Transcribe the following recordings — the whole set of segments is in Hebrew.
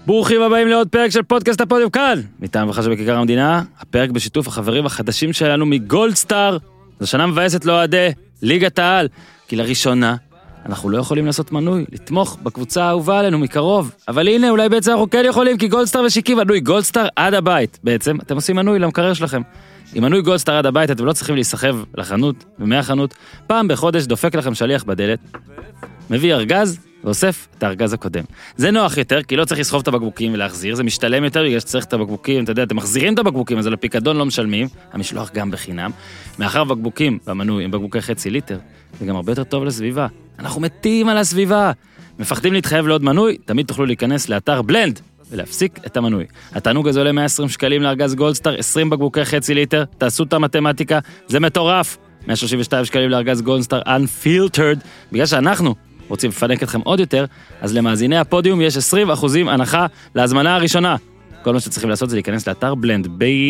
ברוכים הבאים לעוד פרק של פודקאסט הפודיום כאן, מטעם וחשב בכיכר המדינה, הפרק בשיתוף החברים החדשים שלנו מגולדסטאר. זו שנה מבאסת לאוהדי ליגת העל, כי לראשונה אנחנו לא יכולים לעשות מנוי, לתמוך בקבוצה האהובה עלינו מקרוב. אבל הנה, אולי בעצם אנחנו כן יכולים, כי גולדסטאר ושיקים מנוי גולדסטאר עד הבית. בעצם, אתם עושים מנוי למקרר שלכם. עם מנוי גולדסטאר עד הבית, אתם לא צריכים להיסחב לחנות ומהחנות. פעם בחודש דופק לכם שליח בדלת, מביא ארגז ואוסף את הארגז הקודם. זה נוח יותר, כי לא צריך לסחוב את הבקבוקים ולהחזיר, זה משתלם יותר בגלל שצריך את הבקבוקים, אתה יודע, אתם מחזירים את הבקבוקים, אז על הפיקדון לא משלמים, המשלוח גם בחינם. מאחר בקבוקים במנוי עם בקבוקי חצי ליטר, זה גם הרבה יותר טוב לסביבה. אנחנו מתים על הסביבה. מפחדים להתחייב לעוד מנוי, תמיד תוכלו להיכנס לאתר בלנד ולהפסיק את המנוי. התענוג הזה עולה 120 שקלים לארגז גולדסטאר, 20 בקבוקי חצי ליטר, תעשו את המתמטיקה, זה מטורף. 132 שקלים לארגז גולדסטאר unfiltered, בגלל שאנחנו רוצים לפנק אתכם עוד יותר, אז למאזיני הפודיום יש 20% הנחה להזמנה הראשונה. כל מה שצריכים לעשות זה להיכנס לאתר בלנד,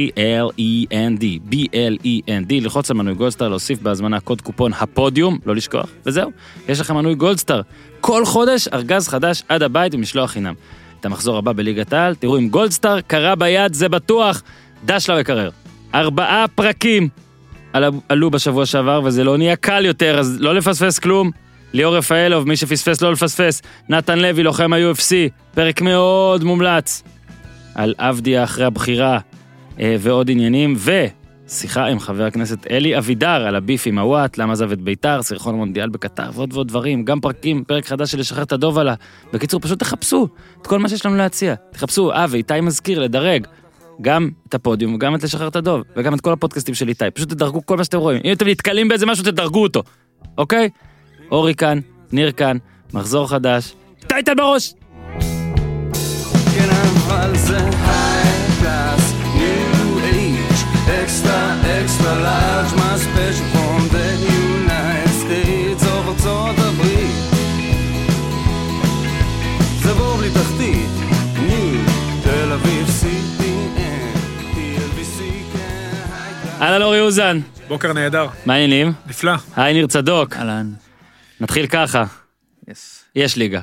B-L-E-N-D, ללחוץ על מנוי גולדסטאר, להוסיף בהזמנה קוד קופון הפודיום, לא לשכוח, וזהו, יש לכם מנוי גולדסטאר. כל חודש ארגז חדש עד הבית ומשלוח חינם. את המחזור הבא בליגת העל, תראו עם גולדסטאר, קרה ביד, זה בטוח, דש לה וקרר. 4 פרקים עלו בשבוע שעבר, וזה לא נהיה קל יותר, אז לא לפספס כלום. ליאור רפאלוב, מי שפספס לא לפספס, נתן לוי, לוחם ה-UFC, פרק מאוד מומלץ, על עבדיה אחרי הבחירה ועוד עניינים, ושיחה עם חבר הכנסת אלי אבידר על הביף עם הוואט, למה עזב את ביתר, סרחון מונדיאל בקטר, ועוד דברים, גם פרקים, פרק חדש של לשחרר את הדוב עלה. בקיצור, פשוט תחפשו את כל מה שיש לנו להציע. תחפשו, ואיתי מזכיר לדרג גם את הפודיום, וגם את לשחרר את הדוב, וגם את כל הפודקאסטים של איתי. פשוט תדרגו כל מה שאתם רואים. אם אתם נתקלים באיזה משהו, תדרגו אותו. אוקיי? אורי כאן, ניר כאן, מחזור חדש, טייטל בראש! כן, אבל זה high class, new age, extra large, my special from the United States of ארצות הברית. זה בור בלי תחתית, new, תל אביב, CPN, TLBC, כן, high class. אהלן אורי אוזן. בוקר נהדר. מה העניינים? נפלא. היי ניר צדוק. אהלן. נתחיל ככה. יש ליגה.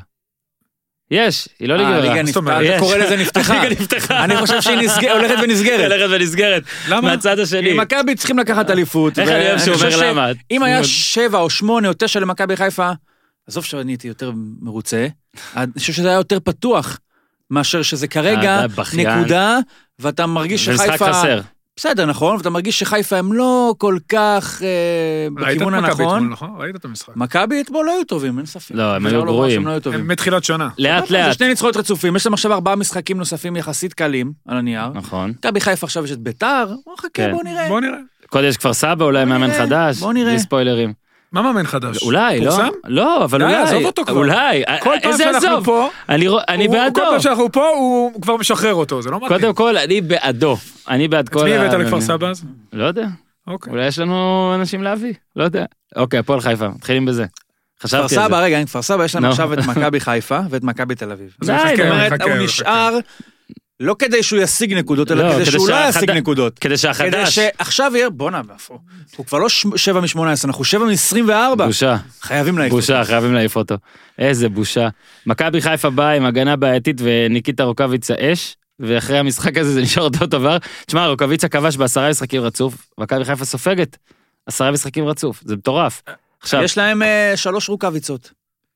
יש, היא לא ליגה. הליגה נפתחה, אתה קורא לזה נפתחה. הליגה נפתחה. אני חושב שהיא הולכת ונסגרת. הולכת ונסגרת. למה? מהצד השני. מכבי צריכים לקחת אליפות. איך אני אוהב שאומר למה? אם היה 7 או 8 או 9 למכבי חיפה, עזוב שאני הייתי יותר מרוצה, אני חושב שזה היה יותר פתוח, מאשר שזה כרגע נקודה, ואתה מרגיש שחיפה... ומשחק חסר. בסדר, נכון, ואתה מרגיש שחיפה הם לא כל כך בכיוון הנכון. ראית את המשחק? מכבי אתמול לא היו טובים, אין ספק. לא, הם היו גרועים. הם מתחילת שנה. לאט זה לאט. 2 ניצחונות רצופים, יש להם עכשיו 4 משחקים נוספים יחסית קלים על הנייר. נכון. מכבי חיפה עכשיו יש את ביתר, חכה, בוא נראה. קודם יש כפר סבא, אולי מאמן חדש. בוא נראה. בלי ספוילרים. מה מאמן חדש? אולי, לא? פורסם? לא, אבל די, אולי. עזוב אותו כבר. אולי. כל פעם שאנחנו פה, אני בעדו. כל פעם שאנחנו פה, הוא כבר משחרר אותו, זה לא מתאים. קודם כל, אני בעדו. אני בעד כל... את מי הבאת לכפר סבא אז? לא יודע. אוקיי. אולי יש לנו אנשים להביא. לא יודע. אוקיי, הפועל חיפה. מתחילים בזה. חשבתי כפר על זה. סבא, רגע, כפר סבא יש להם עכשיו את מכבי חיפה ואת מכבי תל אביב. די, זאת אומרת, מחכה, הוא נשאר לא כדי שהוא ישיג נקודות, אלא כדי שהוא לא ישיג נקודות. כדי שהחדש... כדי שעכשיו יהיה, בוא נע, הוא כבר לא 7 מ-18, אנחנו 7 מ-24. בושה. חייבים להעיף אותו. בושה, חייבים להעיף אותו. איזה בושה. מכבי חיפה באה עם הגנה בעייתית וניקיטה רוקאביצה אש, ואחרי המשחק הזה זה נשאר אותו דבר. תשמע, רוקאביצה כבש ב10 משחקים רצוף, מכבי חיפה סופגת 10 משחקים רצוף, זה מטורף. עכשיו... יש להם 3 רוקאביצות.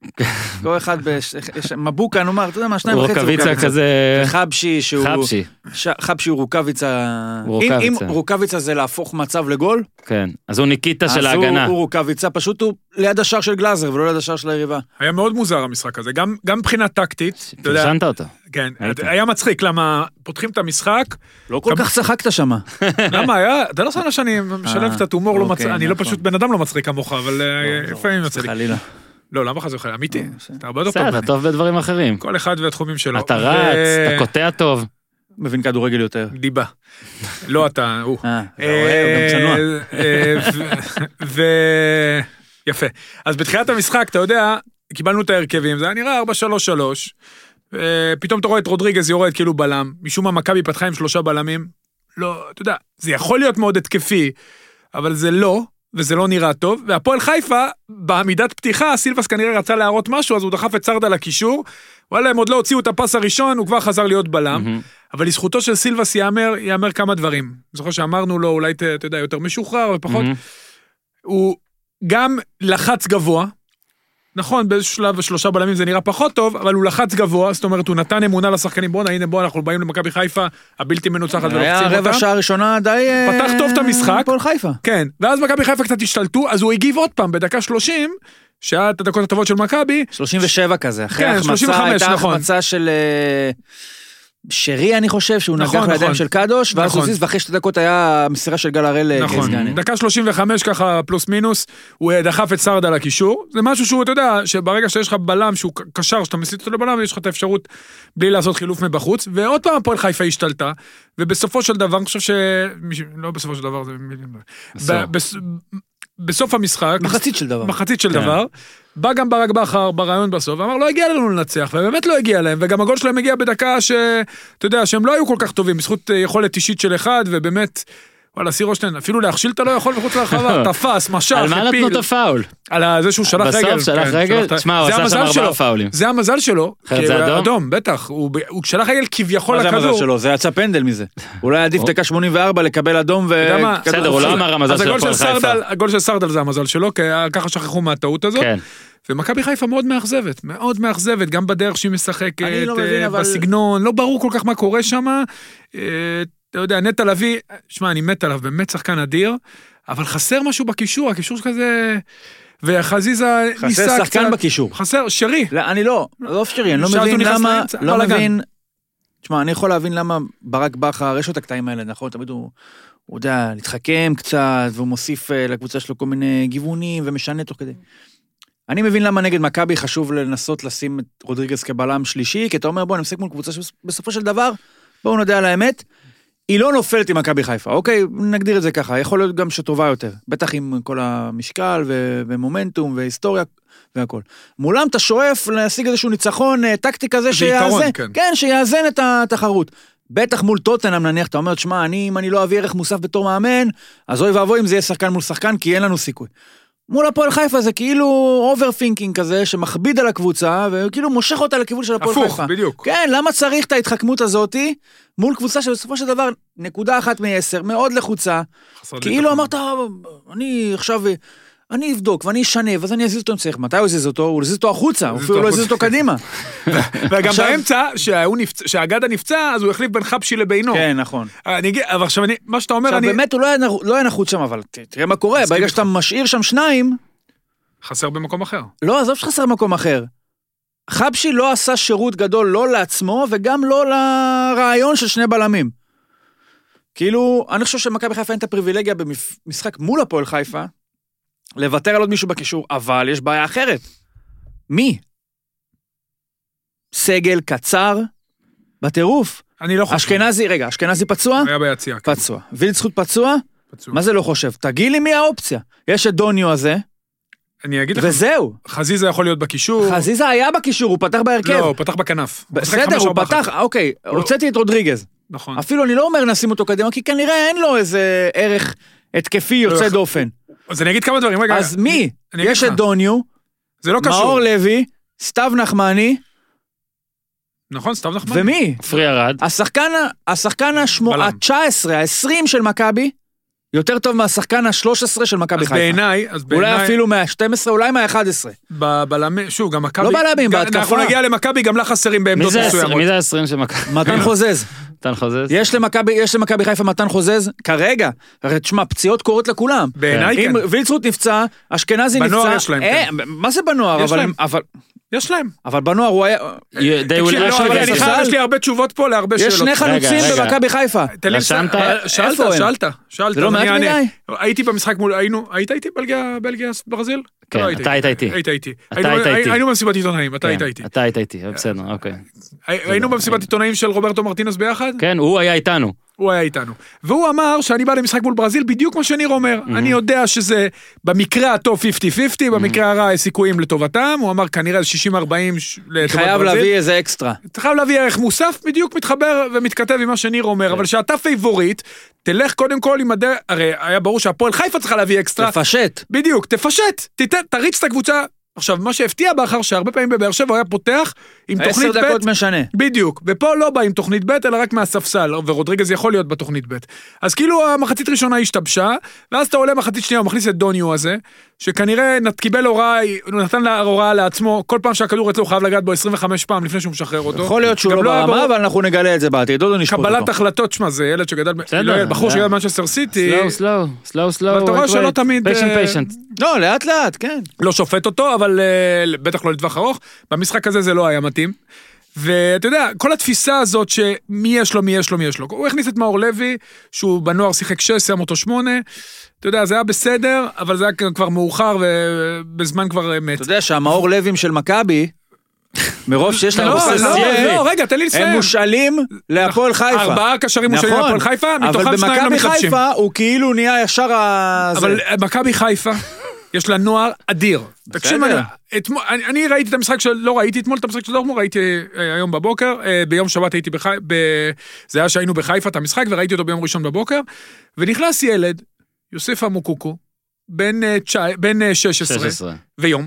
כל אחד, מבוקה, נאמר, אתה יודע מה, 2.5 רוקאביצה כזה... חבשי שהוא... חבשי הוא רוקאביצה... אם רוקאביצה זה להפוך מצב לגול... כן, אז הוא ניקיטה של ההגנה. אז הוא רוקאביצה, פשוט הוא ליד השער של גלאזר, ולא ליד השער של היריבה. היה מאוד מוזר המשחק הזה, גם מבחינת טקטית. פרשנת אותו. כן, היה מצחיק, למה פותחים את המשחק... לא כל כך צחקת שמה. למה היה? אתה לא שנה שאני משלב קצת הומור לא מצחיק, אני לא פשוט בן אדם לא מצחיק כמוך, אבל לפעמים מצחיק. לא, למה חזר לך? אמיתי. אתה הרבה יותר טוב. אתה טוב בדברים אחרים. כל אחד והתחומים שלו. אתה רץ, אתה קוטע טוב. מבין כדורגל יותר. דיבה. לא אתה, הוא. יפה. אז בתחילת המשחק, אתה יודע, קיבלנו את ההרכבים, זה היה נראה 4-3-3, פתאום אתה רואה את רודריגז יורד כאילו בלם, משום מה מכבי פתחה עם 3 בלמים, לא, אתה יודע, זה יכול להיות מאוד התקפי, אבל זה לא, וזה לא נראה טוב, והפועל חיפה, בעמידת פתיחה, סילבס כנראה רצה להראות משהו, אז הוא דחף את סרדל לקישור, וואלה, הם עוד לא הוציאו את הפס הראשון, הוא כבר חזר להיות בלם, אבל לזכותו של סילבס יאמר כמה דברים. אני זוכר שאמרנו לו, אולי אתה יודע, יותר משוחרר ופחות, הוא גם לחץ גבוה, נכון, באיזשהו שלב 3 בלמים זה נראה פחות טוב, אבל הוא לחץ גבוה, זאת אומרת, הוא נתן אמונה לשחקנים, בוא, אנחנו באים למכבי חיפה, הבלתי מנוצחת ולוחצים אותם. היה רבע שעה ראשונה די... פתח טוב את המשחק. פועל חיפה. כן, ואז מכבי חיפה קצת השתלטו, אז הוא הגיב עוד פעם, בדקה 30, שהיה את הדקות הטובות של מכבי. 37 כזה, אחרי כן, 35, הייתה נכון. החמצה של... שרי, אני חושב, שהוא נגח לידיים של קדוש, ואז הוא זיז, ואחרי 2 דקות היה מסירה של גל הראל לגזגני. דקה 35 ככה פלוס מינוס, הוא דחף את סרדל לקישור, זה משהו שהוא, אתה יודע, שברגע שיש לך בלם שהוא קשר, שאתה מסיט אותו לבלם, יש לך את האפשרות בלי לעשות חילוף מבחוץ, ועוד פעם הפועל חיפה השתלטה, ובסופו של דבר, אני חושב לא בסופו של דבר, זה בסוף המשחק, מחצית של דבר, בא גם ברק בכר ברעיון בסוף, ואמר, לא הגיע לנו לנצח, ובאמת לא הגיע להם, וגם הגול שלהם הגיע בדקה אתה יודע, שהם לא היו כל כך טובים, בזכות יכולת אישית של אחד, ובאמת, וואלה, סיר רושטיין, אפילו להכשיל אתה לא יכול מחוץ לרחבה, תפס, משך, על מה נתנו את הפאול? על זה שהוא שלח רגל. בסוף שלח רגל? תשמע, הוא עשה שם 4 פאולים. זה המזל שלו. אחרת זה אדום? אדום, בטח. הוא שלח רגל כביכול לכדור. מה זה המזל שלו? זה יצא פנדל מזה. אולי עדיף דקה 84 לקבל אדום בסדר, הוא לא אמר המזל של הפועל חיפה. הגול של סרדל זה המזל שלו, כי ככה שכחו מהטעות הזאת. ומכבי חיפה מאוד מאכזבת, גם בדרך שהיא משחקת, בסגנון, לא ברור כל כך מה קורה שם. אתה יודע, נטע לביא, שמע, אני מת עליו, באמת שחקן אדיר, אבל חסר משהו בקישור, הקישור שכזה, וחזיזה ניסה קצת. חסר שחקן בקישור. חסר, שרי. לא, אני לא שרי, אני לא מבין למה, לא מבין, תשמע, אני יכול להבין למה ברק בכר, יש לו את הקטעים האלה, נכון? תמיד הוא יודע, להתחכם קצת, והוא מוסיף לקבוצה שלו כל מיני גיוונים, ומשנה תוך כדי. אני מבין למה נגד מכבי חשוב לנסות לשים את רודריגז כבלם שלישי, כי אתה אומר, בוא, נמסק מול קבוצה שבסופו של דבר, בואו נדע על האמת, היא לא נופלת עם מכבי חיפה, אוקיי? נגדיר את זה ככה, יכול להיות גם שטובה יותר, בטח עם כל המשקל ומומנטום והיסטוריה והכל. מולם אתה שואף להשיג איזשהו ניצחון טקטי כזה שיאזן, כן, שיאזן את התחרות. בטח מול טוטנהאם נניח, אתה אומר, תשמע, אם אני לא אביא ערך מוסף בתור מאמן, אז אוי ואבוי אם זה יהיה שחקן מול שחקן, כי אין לנו סיכוי. מול הפועל חיפה זה כאילו אוברפינקינג כזה, שמכביד על הקבוצה, וכאילו מושך אותה לכיוון של הפועל חיפה. הפוך, בדיוק. כן, למה צריך את ההתחכמות הזאת, מול קבוצה שבסופו של דבר, 1.1 מ10, מאוד לחוצה, כאילו אמרת, אני עכשיו, אני אבדוק, ואני אשנה, ואז אני אזיז אותו עם צריך. מתי הוא הזיז אותו? הוא הזיז אותו החוצה, הוא אפילו לא הזיז אותו קדימה. וגם באמצע, שהאגדה נפצע, אז הוא החליף בין חפשי לבינו. כן, נכון. אבל עכשיו, מה שאתה אומר, עכשיו, באמת הוא לא היה נחוץ שם, אבל תראה מה קורה, ברגע שאתה משאיר שם 2, חסר במקום אחר. לא, עזוב שחסר במקום אחר. חפשי לא עשה שירות גדול לא לעצמו, וגם לא לרעיון של 2 בלמים. כאילו, אני חושב שמכבי חיפה אין את הפריבילגיה במשחק מול הפועל חיפה, לוותר על עוד מישהו בקישור, אבל יש בעיה אחרת. מי? סגל קצר, בטירוף. אני לא חושב. אשכנזי, רגע, אשכנזי פצוע? היה ביציאה. פצוע. וילצחוט פצוע? מה זה לא חושב? תגיד לי מי האופציה. יש את דוניו הזה, אני אגיד לך. וזהו. חזיזה יכול להיות בקישור. חזיזה היה בקישור, הוא פתח בהרכב. לא, הוא פתח בכנף. בסדר, הוא פתח, אוקיי, הוצאתי את רודריגז. נכון. אפילו אני לא אומר נשים אותו קדימה, כי כנראה אין לו איזה ערך התקפי יוצא דופן. אז אני אגיד כמה דברים, רגע. אז מי? יש את דוניו, זה לא קשור. מאור לוי, סתיו נחמני. נכון, סתיו נחמני. ומי? פרי ארד. השחקן ה-19, ה-20 של מכבי, יותר טוב מהשחקן ה-13 של מכבי חיפה. אז בעיניי... אולי אפילו מה-12, אולי מה-11. בלמים, שוב, גם מכבי... לא בלמים, בהתקפה. אנחנו נגיע למכבי, גם לה חסרים בעמדות מסוימות. מי זה ה-20 של מכבי? מתן חוזז. מתן חוזז? יש למכבי חיפה מתן חוזז, כרגע. תשמע, פציעות קורות לכולם. בעיניי כן. אם וילצחוט נפצע, אשכנזי נפצע... בנוער יש להם, כן. מה זה בנוער? יש להם. אבל בנוער הוא היה... יש לי הרבה תשובות פה להרבה שאלות. יש 2 חלוצים במכבי חיפה. שאלת. זה לא מעט מדי? הייתי במשחק מול... היית איתי בלגיה ברזיל? כן, אתה היית איתי. היינו במסיבת עיתונאים, אתה היית איתי. אתה היית איתי, בסדר, אוקיי. היינו במסיבת עיתונאים של רוברטו מרטינס ביחד? כן, הוא היה איתנו. הוא היה איתנו. והוא אמר שאני בא למשחק מול ברזיל בדיוק מה שניר אומר. אני יודע שזה במקרה הטוב 50-50, במקרה הרע יש סיכויים לטובתם, הוא אמר כנראה 60-40 לטובת ברזיל. חייב להביא איזה אקסטרה. חייב להביא ערך מוסף, בדיוק מתחבר ומתכתב עם מה שניר אומר, אבל שאתה פייבוריט, תלך קודם כל עם הדרך, הרי היה ברור שהפועל חיפה צריכה להביא אקסטרה. תפשט. בדיוק, תפשט, תריץ את הקבוצה. עכשיו, מה שהפתיע באחר שהרבה פעמים בבאר שבע הוא היה פותח עם תוכנית ב' 10 דקות משנה. בדיוק, ופה לא בא עם תוכנית ב' אלא רק מהספסל, ורודריגז יכול להיות בתוכנית ב'. אז כאילו המחצית ראשונה השתבשה, ואז אתה עולה מחצית שנייה, הוא מכניס את דוניו הזה, שכנראה קיבל הוראה, הוא נתן הוראה לעצמו, כל פעם שהכדור אצלו הוא חייב לגעת בו 25 פעם לפני שהוא משחרר אותו. יכול להיות שהוא לא ברמה, אבל אנחנו נגלה את זה בעתיד, דודו נשפוט אותו. קבלת החלטות, שמה, זה ילד שגדל, בחור שגדל במנצ'סטר סיטי. slow, ואתה רואה שלא תמיד... patient. לא, לאט לאט, כן. לא שופט אותו, אבל בטח לא לטווח ארוך. במשחק הזה זה לא היה מתאים. ואתה יודע, כל התפיסה הזאת שמי יש לו, מי יש לו, מי יש לו. הוא הכניס את מאור לוי, שהוא בנוער שיחק 6, שם אותו 8. אתה יודע, זה היה בסדר, אבל זה היה כבר מאוחר ובזמן כבר מת. אתה יודע שהמאור לוים של מכבי, מרוב שיש להם לא, רגע, תן לי לסיים. הם מושאלים להפועל חיפה. 4 קשרים מושאלים להפועל חיפה, מתוכם 2 לא אבל במכבי מתלבשים. חיפה הוא כאילו נהיה ישר אבל מכבי חיפה, יש לה נוער אדיר. תקשיב, אני ראיתי את המשחק לא ראיתי אתמול את המשחק של דורטמונד, ראיתי היום בבוקר, ביום שבת הייתי זה היה שהיינו בחיפה את המשחק, וראיתי אותו ביום ראשון בבוקר, ונכנס ילד, יוסף אמוקוקו, בן 16 ויום,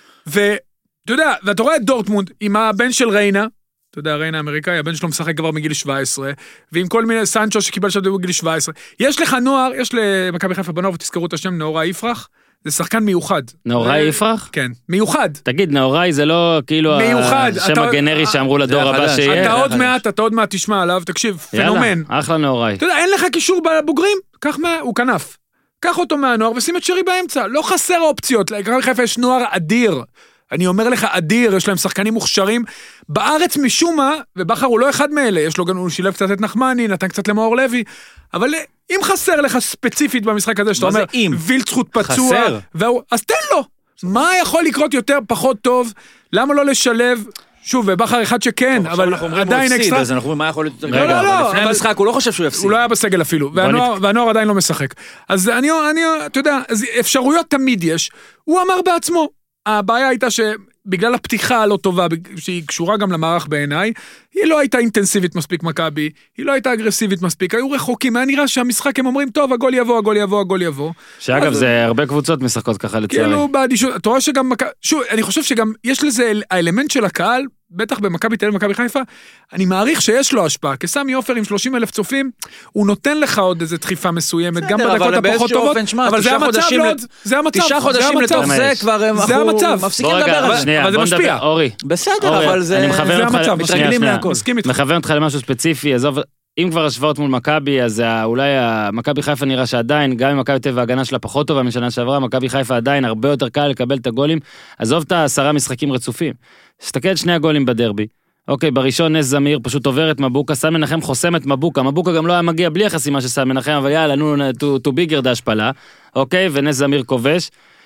ואתה יודע, ואתה רואה את דורטמונד עם הבן של ריינה, אתה יודע, ריינה האמריקאי, הבן שלו משחק כבר מגיל 17, ועם כל מיני סנצ'ו שקיבל שם בגיל 17. יש לך נוער, יש למכבי חיפה בנוער, ותזכרו את השם, נאורי יפרח, זה שחקן מיוחד. נאורי יפרח? כן, מיוחד. תגיד, נאורי זה לא כאילו השם הגנרי שאמרו לדור הבא שיהיה? אתה עוד מעט תשמע עליו, תקשיב, פנומן. יאללה, אחלה נאורי. אתה יודע, אין לך קישור בבוגרים, הוא כנף. קח אותו מהנוער ושים את שרי באמצע, לא חסר אופציות, למכבי חיפה יש נוער אדיר. אני אומר לך, אדיר, יש להם שחקנים מוכשרים. בארץ משום מה, ובחר הוא לא אחד מאלה, יש לו גם, הוא שילב קצת את נחמני, נתן קצת למאור לוי, אבל אם חסר לך ספציפית במשחק הזה, שאתה אומר, וילד זכות פצוע, אז תן לו. מה יכול לקרות יותר פחות טוב? למה לא לשלב? שוב, ובחר אחד שכן, אבל עדיין אקסטרה. אז אנחנו אומרים, מה יכול להיות יותר רגע, אבל לפני המשחק הוא לא חושב שהוא יפסיד. הוא לא היה בסגל אפילו, והנוער עדיין לא משחק. אז אתה יודע, אפשרויות תמיד יש. הוא אמר בעצמו, הבעיה הייתה שבגלל הפתיחה הלא טובה, שהיא קשורה גם למערך בעיניי, היא לא הייתה אינטנסיבית מספיק מכבי, היא לא הייתה אגרסיבית מספיק, היו רחוקים, היה נראה שהמשחק הם אומרים, טוב, הגול יבוא, הגול יבוא, הגול יבוא. שאגב, זה הרבה קבוצות משחקות ככה לצערי. כאילו, אתה רואה שגם, שוב, אני חושב שגם יש לזה האלמנט של הקהל, בטח במכבי תל אביב, מכבי חיפה, אני מעריך שיש לו השפעה, כסמי עופר עם 30,000 צופים, הוא נותן לך עוד איזה דחיפה מסוימת, גם בדקות הפחות טובות, אבל זה המצב לעוד, זה המצב, 9 חודשים לתוך זה כבר אנחנו מפסיקים לדבר על זה, אבל זה משפיע. אורי, בסדר, אבל זה המצב, מתרגלים להכל. מכוון אותך למשהו ספציפי, עזוב, אם כבר השוואות מול מכבי, אז אולי מכבי חיפה נראה שעדיין, גם אם מכבי תל אביב ההגנה שלה פחות טובה משנה שעברה, מכבי חיפה עדיין הרבה יותר קל לקבל את הגולים, עזוב את 10 משחקים רצופים. תסתכל את 2 הגולים בדרבי. אוקיי, בראשון נס זמיר פשוט עובר את מבוקה, סן מנחם חוסם את מבוקה, מבוקה גם לא היה מגיע בלי החסימה של סן מנחם, אבל יאללה, נו, to bigger דשפלה, אוקיי, ונס זמיר כובש,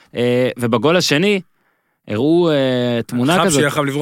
ובגול השני, הראו תמונה כזאת,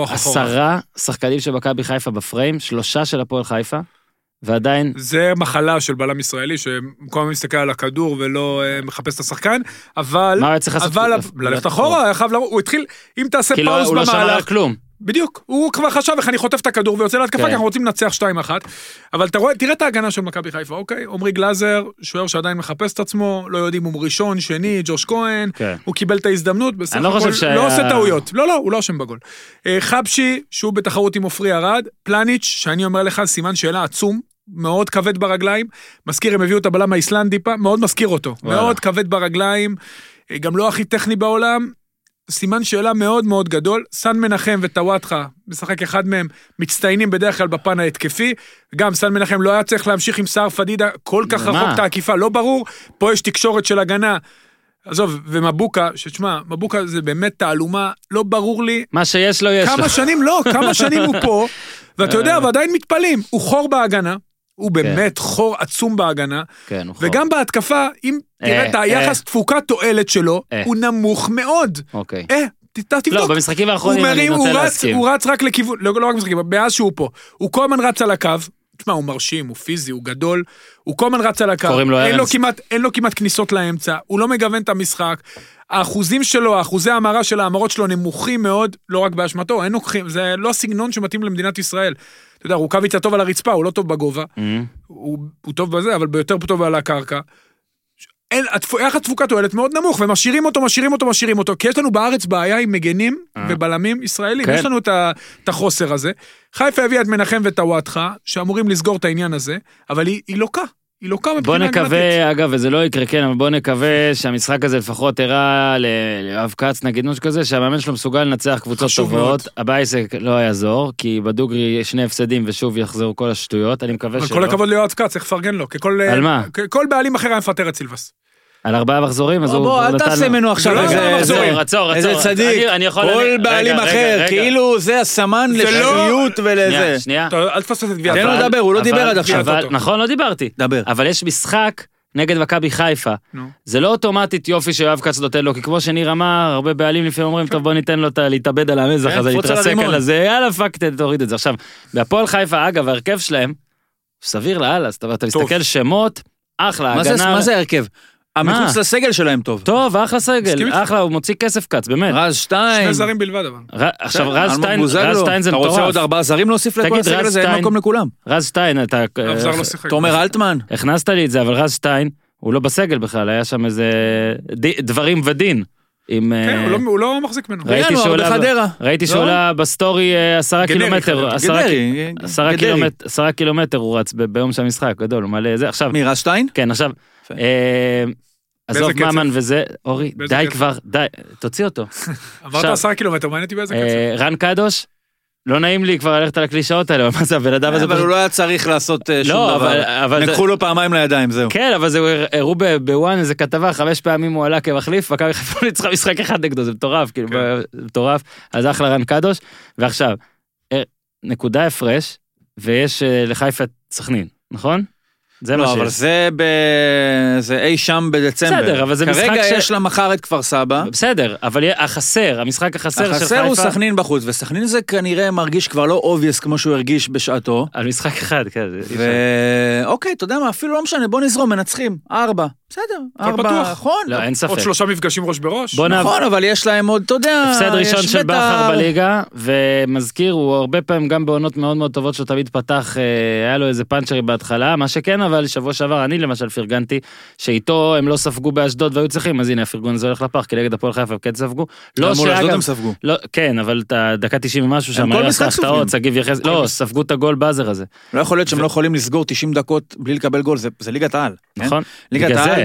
10 שחקנים של מכבי חיפה בפריים, 3 של הפועל חיפה, ועדיין... זה מחלה של בלם ישראלי, שכל הזמן מסתכל על הכדור ולא מחפש את השחקן, אבל... מה היה צריך לעשות? ללכת אחורה, הוא התחיל, אם תעשה פאוז במהלך... הוא לא שמע כלום. בדיוק, הוא כבר חשב איך אני חוטף את הכדור ויוצא להתקפה, כי אנחנו רוצים לנצח 2-1, אבל תראה את ההגנה של מכבי חיפה, אוקיי? עומרי גלאזר, שוער שעדיין מחפש את עצמו, לא יודעים אם הוא ראשון, שני, ג'וש כהן, הוא קיבל את ההזדמנות, בסך הכל לא עושה טעויות, לא, הוא לא אשם בגול. חבשי, שהוא בתחרות עם עופרי ארד, פלניץ', שאני אומר לך, סימן שאלה עצום, מאוד כבד ברגליים, מזכיר, הם הביאו את הבלם האיסלנדי פעם, מאוד מזכיר אותו, מאוד כבד ברגליים, גם לא הכי טכני בעולם, סימן שאלה מאוד מאוד גדול, סן מנחם וטוואטחה, משחק אחד מהם, מצטיינים בדרך כלל בפן ההתקפי, גם סן מנחם לא היה צריך להמשיך עם סער פדידה, כל כך רחוק את העקיפה, לא ברור, פה יש תקשורת של הגנה, עזוב, ומבוקה, שתשמע, מבוקה זה באמת תעלומה, לא ברור לי, מה שיש לו יש לו. כמה שנים הוא פה, ואתה יודע, ועדיין מתפלים, הוא חור בהגנה, הוא באמת חור עצום בהגנה, וגם בהתקפה, אם תראה את היחס תפוקה תועלת שלו, הוא נמוך מאוד. תבדוק. לא, במשחקים האחרונים אני נוטה להסכים. הוא רץ רק לכיוון, לא רק במשחקים, מאז שהוא פה, הוא כל הזמן רץ על הקו, תשמע, הוא מרשים, הוא פיזי, הוא גדול, הוא כל הזמן רץ על הקו, אין לו כמעט כניסות לאמצע, הוא לא מגוון את המשחק, האחוזים שלו, האחוזי ההמרה של ההמרות שלו נמוכים מאוד, לא רק באשמתו, זה לא הסגנון שמתאים למדינת ישראל. אתה יודע, רוקביץ' טוב על הרצפה, הוא לא טוב בגובה, הוא טוב בזה, אבל ביותר טוב על הקרקע. יחד תפוקת תועלת מאוד נמוך, ומשאירים אותו, כי יש לנו בארץ בעיה עם מגנים ובלמים ישראלים, יש לנו את החוסר הזה. חיפה הביאה את מנחם וטוואטחה, שאמורים לסגור את העניין הזה, אבל היא לוקה בוא נקווה, אגב, וזה לא יקרה, כן, אבל בוא נקווה שהמשחק הזה לפחות הראה לאב קץ, נגיד נוש כזה, שהמאמן שלו מסוגל לנצח קבוצות טובות, הבית זה לא יעזור, כי בדוגרי 2 הפסדים ושוב יחזרו כל השטויות, אני מקווה שלא. כל הכבוד ליואב קץ, איך פרגן לו, על מה? כל בעלים אחר היה מפטר את סילבס. על 4 מחזורים, אז הוא... בוא, אל תעשה ממנו עכשיו איזה צדיק, כל בעלים אחר, כאילו זה הסמן לשפיות ולזה. שנייה. אל תפספס את גביעת. תן לו לדבר, הוא לא דיבר עד עכשיו. נכון, לא דיברתי. דבר. אבל יש משחק נגד מכבי חיפה. זה לא אוטומטית יופי שיואב קץ נותן לו, כי כמו שניר אמר, הרבה בעלים לפעמים אומרים, טוב בוא ניתן לו להתאבד על המזח הזה, להתרסק על הזה, יאללה פאק, תוריד את זה. עכשיו, בהפועל חיפה, אגב, ההרכב שלהם, סביר לאללה, אתה מסתכל שמות, אחלה, הגנה. מה זה ההרכב? המחוץ לסגל שלהם טוב. טוב, אחלה סגל, אחלה, הוא מוציא כסף קץ, באמת. רז שטיין. 2 זרים בלבד, אבל. עכשיו, רז שטיין זה אתה מטורף. רוצה עוד 4 זרים להוסיף לכל הסגל הזה, אין מקום לכולם. רז שטיין, אתה... תומר אלטמן. הכנסת לי את זה, אבל רז שטיין, הוא לא בסגל בכלל, היה שם איזה דברים ודין. כן, הוא לא מחזיק ממנו. ראיתי שהוא עולה בסטורי 10 קילומטר, 10 קילומטר הוא רץ ביום של המשחק, גדול, הוא מלא זה, עכשיו... מרז שטיין? כן, עכשיו... עזוב מאמן וזה, אורי, די כבר, די, תוציא אותו. עברת 10 קילומטר, מעניין אותי באיזה קצב. רן קדוש, לא נעים לי כבר ללכת על הקלישאות האלה, אבל מה זה, הבן אדם הזה... אבל הוא לא היה צריך לעשות שום דבר. נקחו לו פעמיים לידיים, זהו. כן, אבל זה, הראו בוואן איזה כתבה, 5 פעמים הוא עלה כמחליף, מכבי חיפה ניצחה משחק אחד נגדו, זה מטורף, כאילו, מטורף, אז אחלה רן קדוש, ועכשיו, נקודה הפרש, ויש לחיפה סכנין, נכון? לא, אבל זה אי שם בדצמבר. בסדר, אבל זה משחק כרגע יש לה מחר את כפר סבא. בסדר, אבל המשחק החסר של חיפה... החסר הוא סכנין בחוץ, וסכנין זה כנראה מרגיש כבר לא obvious כמו שהוא הרגיש בשעתו. על משחק אחד, כן. אוקיי, אתה יודע מה, אפילו לא משנה, בוא נזרום, מנצחים, 4. בסדר, 4, נכון. לא, אין ספק. עוד 3 מפגשים ראש בראש. נכון, אבל יש להם עוד, אתה יודע... הפסד ראשון של בכר בליגה, ומזכיר, הוא הרבה פעמים גם בעונות מאוד מאוד טובות שהוא תמיד פתח, היה לו איזה פאנצ'רי בהתחלה, מה שכן, אבל שבוע שעבר אני למשל פרגנתי, שאיתו הם לא ספגו באשדוד והיו צריכים, אז הנה הפרגון הזה הולך לפח, כי נגד הפועל חיפה כן ספגו. לא מול אשדוד הם ספגו. כן, אבל את הדקה 90 ומשהו שם, היה סחטאות, סגיב יחז, לא, ספגו את הגול באזר הזה. לא יכול להיות שהם לא יכולים לסגור 90 דקות בלי לקבל גול, זה ליגת העל. נכון. ליגת העל,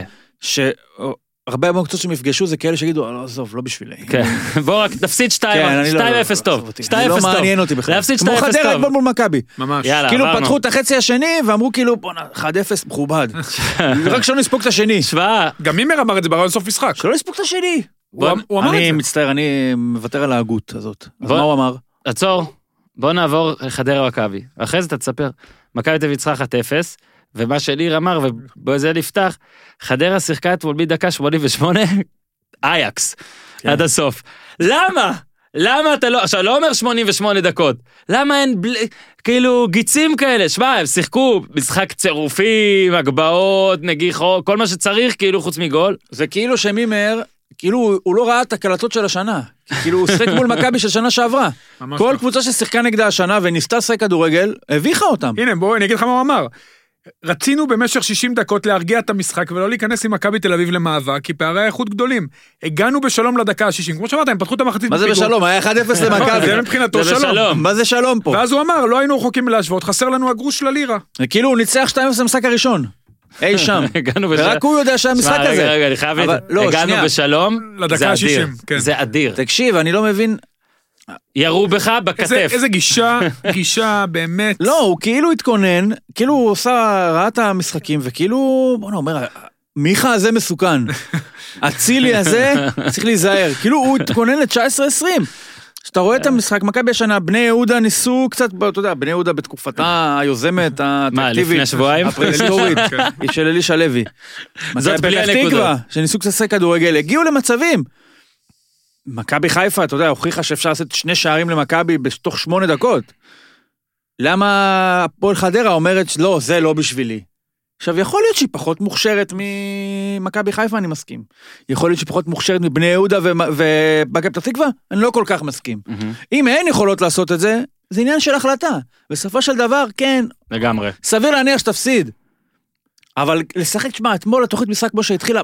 שהרבה מהקבוצות שמפגשו זה כאלה שיגידו, לא, עזוב, לא בשבילי. כן, בוא רק תפסיד 2-0 טוב. 2-0 טוב. לא מעניין אותי בכלל. להפסיד 2-0 כמו חדרה טוב. מול מכבי. ממש. יאללה, כאילו פתחו את החצי השני ואמרו כאילו, בוא'נה, 1-0 מכובד. רק שלא נספוג את השני. שווה. גם מימר אמר את זה ברעיון סוף משחק. שלא נספוג את השני. הוא אמר את זה. אני מצטער, אני מוותר על ההגות הזאת. אז מה הוא אמר? עצור, בוא נעבור לחדרה מכבי. אחרי זה אתה תספר. מכבי תביא ניצחה 1-0, ומה שניר אמר, ובזה נפתח, חדרה שיחקה אתמול מדקה 88, אייקס, עד הסוף. למה? למה אתה לא, עכשיו לא אומר 88 דקות, למה אין כאילו גיצים כאלה, שמע, הם שיחקו משחק צירופים, הגבעות, נגיחות, כל מה שצריך כאילו חוץ מגול. זה כאילו שמימר, כאילו הוא לא ראה את הקלטות של השנה, כאילו הוא שיחק מול מכבי של שנה שעברה. כל קבוצה ששיחקה נגדה השנה וניסתה לשחק כדורגל, הביכה אותם. הנה בואו אני אגיד לך מה הוא אמר. רצינו במשך 60 דקות להרגיע את המשחק ולא להיכנס עם מכבי תל אביב למאבק, כי פערי האיכות גדולים. הגענו בשלום לדקה ה-60, כמו שאמרת, הם פתחו את המחצית. מה זה בשלום? היה 1-0 למכבי. זה מבחינתו שלום. מה זה שלום פה? ואז הוא אמר, לא היינו רחוקים מלהשוות, חסר לנו הגרוש של הלירה. כאילו הוא ניצח 2-0 במשחק הראשון. אי שם. ורק הוא יודע שהמשחק הזה. רגע, אני חייב הגענו בשלום, זה אדיר. זה אדיר. תקשיב, אני לא מבין. ירו בך בכתף. איזה גישה באמת. לא, הוא כאילו התכונן, כאילו הוא ראה את המשחקים, וכאילו, בוא נאמר, מיכה הזה מסוכן. הצילי הזה צריך להיזהר. כאילו הוא התכונן ל-19-20. כשאתה רואה את המשחק, מכבי השנה, בני יהודה ניסו קצת, אתה יודע, בני יהודה בתקופתה היוזמת, מה, לפני שבועיים? הפרדטורית, של אלישע לוי. זאת בלי הנקודות. שניסו קצת לשחק כדורגל, הגיעו למצבים. מכבי חיפה, אתה יודע, הוכיחה שאפשר לעשות 2 שערים למכבי בתוך 8 דקות. למה הפועל חדרה אומרת, לא, זה לא בשבילי. עכשיו, יכול להיות שהיא פחות מוכשרת ממכבי חיפה, אני מסכים. יכול להיות שהיא פחות מוכשרת מבני יהודה ובמכבי פתח תקווה, אני לא כל כך מסכים. אם אין יכולות לעשות את זה, זה עניין של החלטה. בסופו של דבר, כן. לגמרי. סביר להניח שתפסיד. אבל לשחק, תשמע, אתמול התוכנית משחק כמו שהתחילה,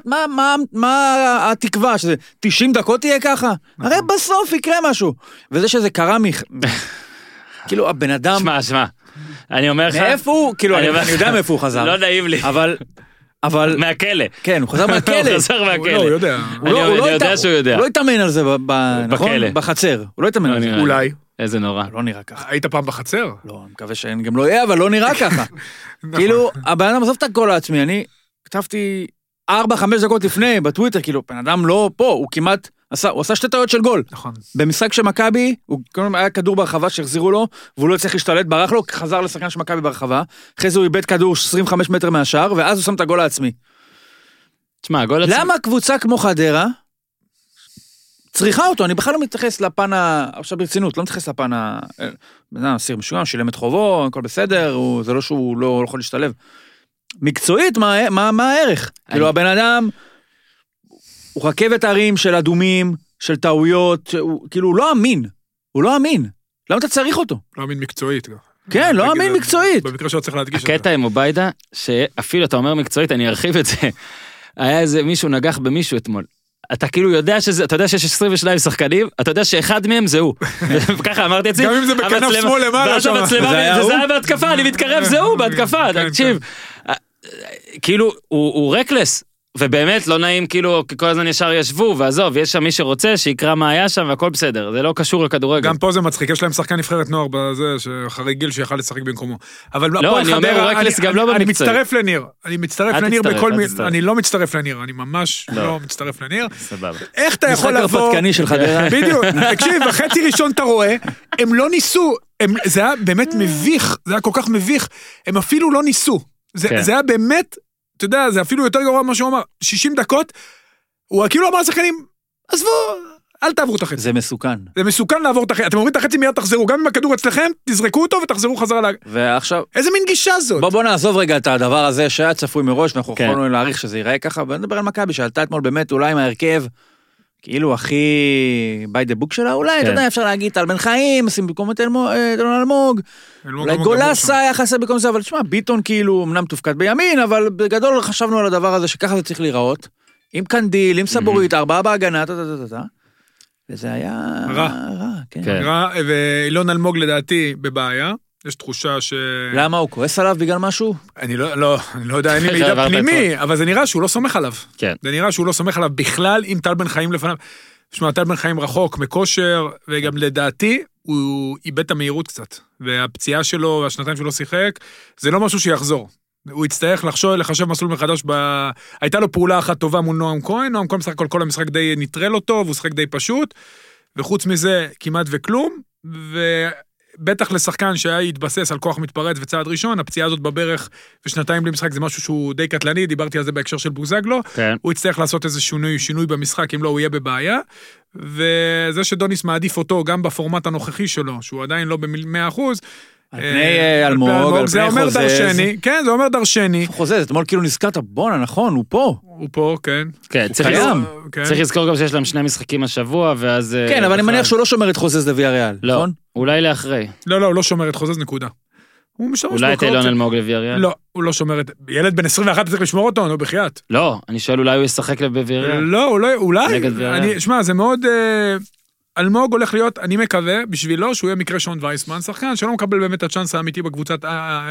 מה התקווה? שזה 90 דקות תהיה ככה? הרי בסוף יקרה משהו. וזה שזה קרה כאילו, הבן אדם... שמע. אני אומר לך... מאיפה הוא? כאילו, אני יודע מאיפה הוא חזר. לא נעים לי. אבל... מהכלא. כן, הוא חזר מהכלא. הוא חזר מהכלא. הוא יודע. אני יודע שהוא יודע. הוא לא התאמן על זה, נכון? בחצר. הוא לא התאמן על זה. אולי. איזה נורא. לא נראה ככה. היית פעם בחצר? לא, אני מקווה שאני גם לא אהיה, אבל לא נראה ככה. כאילו, הבן אדם עזוב את הכל לעצמי, אני כתבתי 4-5 דקות לפני בטוויטר, כאילו, בן אדם לא פה, הוא כמעט, הוא עשה 2 טעויות של גול. נכון. במשחק של מכבי, הוא היה כדור ברחבה שהחזירו לו, והוא לא הצליח להשתלט, ברח לו, חזר לשחקן של מכבי ברחבה, אחרי זה הוא איבד כדור 25 מטר מהשאר, ואז הוא שם את הגול העצמי. תשמע, הגול עצמי... למה קבוצה כמו חדרה צריכה אותו? אני בכלל לא מתייחס לפן עכשיו ברצינות, לא מתייחס לפן סיר משוגע, שילם את חובו, הכל בסדר, זה לא שהוא לא יכול להשתלב. מקצועית, מה הערך? כאילו, הבן אדם, הוא רכבת הרים של אדומים, של טעויות, כאילו, הוא לא אמין. הוא לא אמין. למה אתה צריך אותו? לא אמין מקצועית. כן, לא אמין מקצועית. במקרה שלא צריך להדגיש את זה. הקטע עם אוביידה, שאפילו אתה אומר מקצועית, אני ארחיב את זה. היה איזה מישהו נגח במישהו אתמול. אתה כאילו יודע שזה, אתה יודע שיש 22 שחקנים, אתה יודע שאחד מהם זה הוא. ככה אמרתי את זה. גם אם זה בכנף שמאל למעלה. ואז המצלמה, וזה היה בהתקפה, אני מתקרב, זה הוא, בהתקפה, תקשיב. כאילו, הוא רקלס, ובאמת לא נעים, כאילו, כל הזמן ישר ישבו, ועזוב, יש שם מי שרוצה, שיקרא מה היה שם, והכל בסדר, זה לא קשור לכדורגל. גם פה זה מצחיק, יש להם שחקן נבחרת נוער בזה, שאחרי גיל שיכל לשחק במקומו. אבל לא, אני אומר, הוא רקלס גם לא במקצועי. אני מצטרף לניר, אני לא מצטרף לניר, אני ממש לא מצטרף לניר. סבבה. איך אתה יכול משחק לבוא... הרפתקני של חדרה. בדיוק, תקשיב, בחצי ראשון אתה רואה, הם לא ניסו, זה היה באמת מביך, זה היה כל כך מביך, הם אפילו לא ניסו. זה היה באמת, אתה יודע, זה אפילו יותר גרוע ממה שהוא אמר, 60 דקות, הוא כאילו אמר לשחקנים, עזבו, אל תעברו את החצי. זה מסוכן. זה מסוכן לעבור את החצי, אתם אומרים את החצי מיד תחזרו, גם אם הכדור אצלכם, תזרקו אותו ותחזרו חזרה ועכשיו... איזה מין גישה זאת? בוא נעזוב רגע את הדבר הזה שהיה צפוי מראש, אנחנו יכולנו להעריך שזה ייראה ככה, ונדבר על מכבי, שעלתה אתמול באמת אולי מהרכב, כאילו הכי by the book שלה, אולי, אתה יודע, אפשר להגיד על בן חיים, עושים במקום את אלמוג, אולי גולסה היה חסר במקום זה, אבל תשמע, ביטון כאילו אמנם תופקד בימין, אבל בגדול חשבנו על הדבר הזה, שככה זה צריך להיראות, עם קנדיל, עם סבורית, 4 בהגנה, וזה היה רע, כן. רע, ואילון אלמוג לדעתי בבעיה, יש תחושה ש... למה, הוא כועס עליו בגלל משהו? אני לא יודע, אין לי מידע פנימי, אבל זה נראה שהוא לא סומך עליו. כן. זה נראה שהוא לא סומך עליו בכלל, עם טל בן חיים לפניו. תשמע, טל בן חיים רחוק מכושר, וגם לדעתי, הוא איבד את המהירות קצת. והפציעה שלו, והשנתיים שלו שיחק, זה לא משהו שיחזור. הוא יצטרך לחשב מסלול מחדש, הייתה לו פעולה אחת טובה מול נועם כהן, נועם כהן משחק כל המשחק די נטרל אותו, והוא שחק די פשוט, וחוץ מזה כמעט וכלום, בטח לשחקן שהיה יתבסס על כוח מתפרץ וצעד ראשון, הפציעה הזאת בברך ושנתיים בלי משחק זה משהו שהוא די קטלני, דיברתי על זה בהקשר של בוזגלו, כן. הוא יצטרך לעשות איזה שינוי במשחק, אם לא הוא יהיה בבעיה, וזה שדוניס מעדיף אותו גם בפורמט הנוכחי שלו, שהוא עדיין לא ב100%, על פני אלמוג, זה אומר דרשני, כן, זה אומר דרשני. חוזז, אתמול כאילו נזכרת, בונה, נכון, הוא פה. הוא פה, כן. כן, צריך לזכור גם שיש להם 2 משחקים השבוע, ואז... כן, אבל אני מניח שהוא לא שומר את חוזז לוויאריאל, נכון? אולי לאחרי. לא, הוא לא שומר את חוזז, נקודה. אולי את אילון אלמוג לוויאריאל? לא, הוא לא שומר את... ילד בן 21 צריך לשמור אותו, נו, בחייאת. לא, אני שואל אולי הוא ישחק לוויאריאל. לא, אולי. שמע, זה מאוד... אלמוג הולך להיות, אני מקווה, בשבילו, שהוא יהיה מקרה שון וייסמן, שחקן שלא מקבל באמת את הצ'אנס האמיתי בקבוצת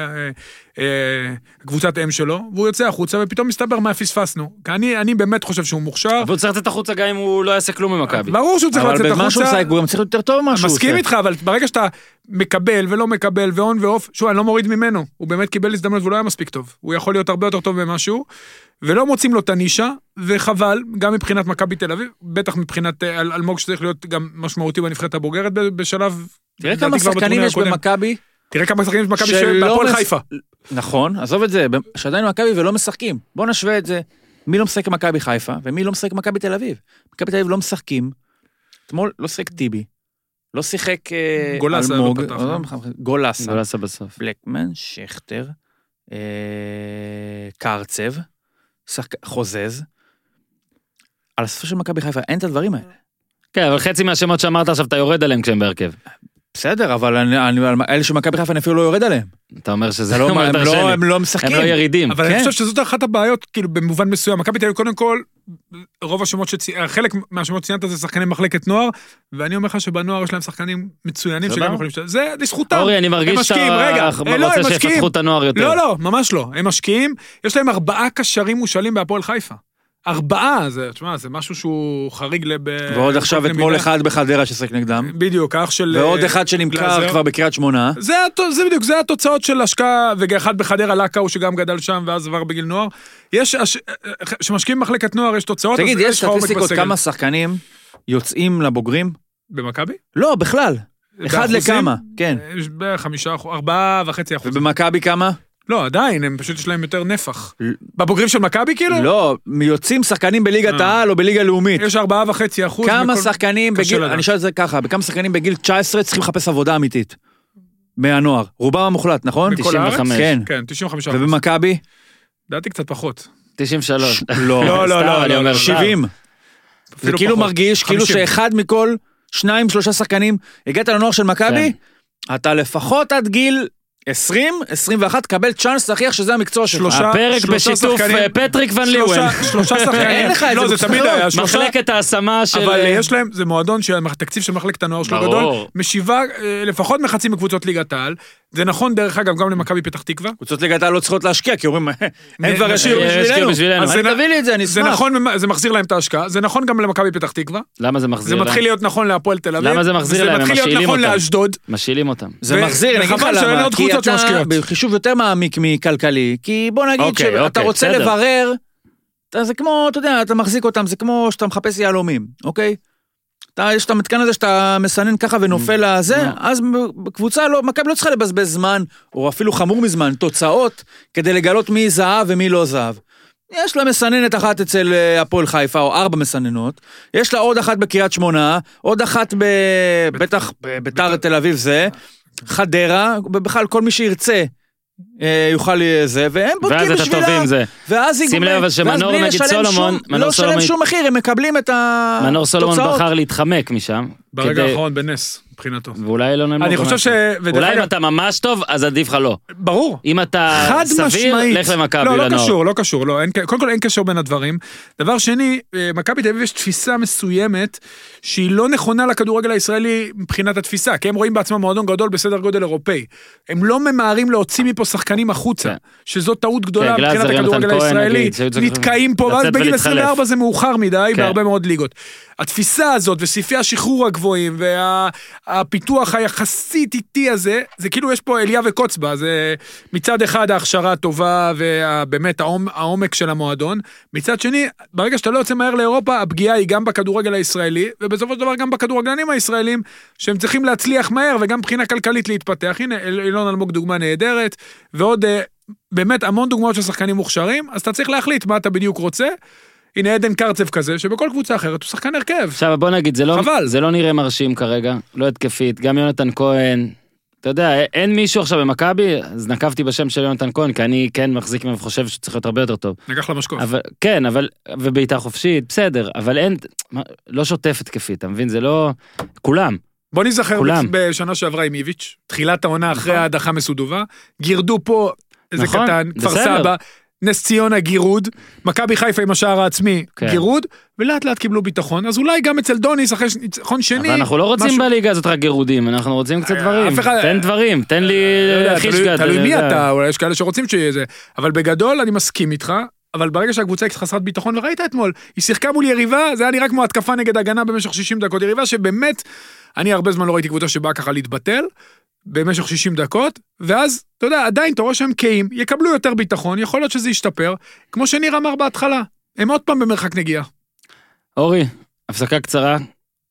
אם שלו, והוא יוצא החוצה, ופתאום מסתבר מה פספסנו. כי אני באמת חושב שהוא מוכשר. אבל הוא צריך לצאת החוצה גם אם הוא לא יעשה כלום ממכבי. ברור שהוא צריך לצאת החוצה. אבל במה שהוא עושה, הוא גם צריך יותר טוב ממה שהוא עושה. מסכים איתך, אבל ברגע שאתה מקבל ולא מקבל, ואון ואוף, שוב, אני לא מוריד ממנו. הוא באמת קיבל הזדמנות והוא לא היה מספיק טוב. הוא יכול להיות הרבה יותר טוב במשהו, ולא מוצאים לו את הנישה, וחבל, גם מבחינת מכבי תל אביב, בטח מבחינת אלמוג שצריך להיות גם משמעותי בנבחרת הבוגרת בשלב... תראה כמה שחקנים יש במכבי. תראה כמה שחקנים יש במכבי שבפועל חיפה. נכון, עזוב את זה, שעדיין מכבי ולא משחקים. בוא נשווה את זה, מי לא משחק במכבי חיפה, ומי לא משחק במכבי תל אביב. מכבי תל אביב לא משחקים, אתמול לא שחק טיבי, לא שיחק גולסה אלמוג, לא פתח, גולסה, גולסה בסוף. בלקמן, שכטר, קרצב, חוזז, על הספר של מכבי חיפה, אין את הדברים האלה. כן, אבל חצי מהשמות שאמרת עכשיו אתה יורד עליהם כשהם בהרכב. בסדר, אבל אלה של מכבי חיפה אני אפילו לא יורד עליהם. אתה אומר שזה הם לא משחקים. הם לא ירידים. אבל אני חושב שזאת אחת הבעיות, כאילו במובן מסוים. מכבי תל אביב, קודם כל, רוב השמות חלק מהשמות ציינת זה שחקני מחלקת נוער, ואני אומר לך שבנוער יש להם שחקנים מצוינים שגם יכולים לשתף. זה לזכותם. אורי, אני מרגיש שאתה רוצה שיפתחו את הנוער יותר. לא, ממש לא. הם משקיעים, יש להם 4 קשרים מושאלים בהפועל חיפה. 4, זה משהו שהוא חריג ועוד עכשיו אתמול אחד בחדרה ששחק נגדם. בדיוק, אח של... ועוד אחד שנמכר כבר בקריית שמונה. זה בדיוק, זה התוצאות של השקעה, ואחד בחדרה לקה הוא שגם גדל שם ואז עבר בגיל נוער. יש, שמשקיעים במחלקת נוער יש תוצאות. תגיד, יש סטטיסטיקות כמה שחקנים יוצאים לבוגרים? במכבי? לא, בכלל. אחד לכמה, כן. יש ב5%, 4.5%. ובמכבי כמה? לא, עדיין, הם פשוט יש להם יותר נפח. בבוגרים של מכבי כאילו? לא, יוצאים שחקנים בליגת העל או בליגה לאומית. יש 4.5%. כמה שחקנים בגיל, אני שואל את זה ככה, בכמה שחקנים בגיל 19 צריכים לחפש עבודה אמיתית? מהנוער. רובם המוחלט, נכון? 95. כן, 95%. ובמכבי? דעתי קצת פחות. 93. לא, 70. זה כאילו מרגיש, כאילו שאחד מכל 2-3 שחקנים, הגעת לנוער של מכבי, אתה לפחות עד גיל 20, 21, קבל צ'אנס להכריח שזה המקצוע שלך. הפרק בשיתוף פטריק ון ליוון. 3 שחקנים. אין לך את זה. לא, זה תמיד היה. מחלקת ההשמה של... אבל יש להם, זה מועדון שהתקציב של מחלקת הנוער שלו גדול, משיבה לפחות מחצי מקבוצות ליגת העל. זה נכון דרך אגב גם למכבי פתח תקווה. קבוצות ליגת העל לא צריכות להשקיע, כי אומרים, הם כבר השקיעו בשבילנו. אז תביא לי את זה, אני אשמח. זה נכון, זה מחזיר להם את ההשקעה. זה נכון גם למכבי פתח תקווה. למה זה מחזיר להם? זה מתחיל להיות נכון להפועל תל אביב. למה זה מחזיר להם? זה מתחיל להיות נכון לאשדוד. משאילים אותם. זה מחזיר, אני אגיד לך למה, כי אתה בחישוב יותר מעמיק מכלכלי, כי בוא נגיד שאתה רוצה לברר, זה כמו, אתה יודע, אתה מחזיק אותם, זה כמו שאתה מחפש יהלומים, אוקיי? יש את המתקן הזה שאתה מסנן ככה ונופל לזה, אז בקבוצה מכבי לא צריכה לבזבז זמן, או אפילו חמור מזמן, תוצאות, כדי לגלות מי זהב ומי לא זהב. יש לה מסננת אחת אצל הפועל חיפה, או 4 מסננות, יש לה עוד אחת בקריית שמונה, עוד אחת בטח ביתר תל אביב זה, חדרה, ובכלל כל מי שירצה, יוכל זה, והם בודקים בשבילה. ואז אתה טוב עם זה. שים לב, אבל שמנור נגיד סולומון, לא שלם שום מחיר, הם מקבלים את התוצאות. מנור סולומון בחר להתחמק משם. ברגע האחרון בנס, מבחינתו. ואולי לא נאמר. אני חושב ש... אולי אם אתה ממש טוב, אז עדיף לך לא. ברור. אם אתה סביר, לך למכבי לנוער. לא קשור. קודם כל אין קשר בין הדברים. דבר שני, מכבי תל אביב יש תפיסה מסוימת, שהיא לא נכונה לכדורגל הישראלי מבחינת התפיסה, כי הם רואים בעצמם מועדון גדול בסדר גודל אירופאי. הם לא ממהרים להוציא מפה שחקנים החוצה, שזו טעות גדולה מבחינת הכדורגל הישראלי. נתקעים פה, ואז בגיל 24 זה מאוחר מדי, בהרבה מאוד ליגות. התפיסה הזאת וסעיפי השחרור הגבוהים והפיתוח היחסית איטי הזה, זה כאילו יש פה אליה וקוצבה, זה מצד אחד ההכשרה הטובה ובאמת העומק של המועדון, מצד שני, ברגע שאתה לא יוצא מהר לאירופה, הפגיעה היא גם בכדורגל הישראלי, ובסופו של דבר גם בכדורגלנים הישראלים, שהם צריכים להצליח מהר וגם מבחינה כלכלית להתפתח. הנה, אילון אלמוג דוגמה נהדרת, ועוד באמת המון דוגמאות של שחקנים מוכשרים, אז אתה צריך להחליט מה אתה בדיוק רוצה. הנה עדן קרצב כזה, שבכל קבוצה אחרת הוא שחקן הרכב. עכשיו בוא נגיד, זה לא נראה מרשים כרגע, לא התקפית, גם יונתן כהן, אתה יודע, אין מישהו עכשיו במכבי, אז נקבתי בשם של יונתן כהן, כי אני כן מחזיק וחושב שצריך להיות הרבה יותר טוב. נגח למשקוף. כן, ובעיטה חופשית, בסדר, אבל אין, לא שוטף התקפית, אתה מבין, זה לא, כולם. בוא נזכר בשנה שעברה עם איביץ', תחילת העונה אחרי ההדחה מסודובה, גירדו פה איזה קטן, כפר סבא, נס ציונה גירוד, מכבי חיפה עם השער העצמי גירוד, ולאט לאט קיבלו ביטחון, אז אולי גם אצל דוניס אחרי ניצחון שני. אבל אנחנו לא רוצים בליגה הזאת רק גירודים, אנחנו רוצים קצת דברים, תן דברים, תן לי חישגת. תלוי מי אתה, אולי יש כאלה שרוצים שיהיה זה, אבל בגדול אני מסכים איתך, אבל ברגע שהקבוצה היא חסרת ביטחון, וראית אתמול, היא שיחקה מול יריבה, זה היה נראה כמו התקפה נגד הגנה במשך 60 דקות, יריבה שבאמת, אני הרבה זמן לא ראיתי קבוצה שבאה ככה להתבטל, במשך 60 דקות, ואז, אתה יודע, עדיין אתה רואה שהם קיים, יקבלו יותר ביטחון, יכול להיות שזה ישתפר, כמו שניר אמר בהתחלה, הם עוד פעם במרחק נגיעה. אורי, הפסקה קצרה,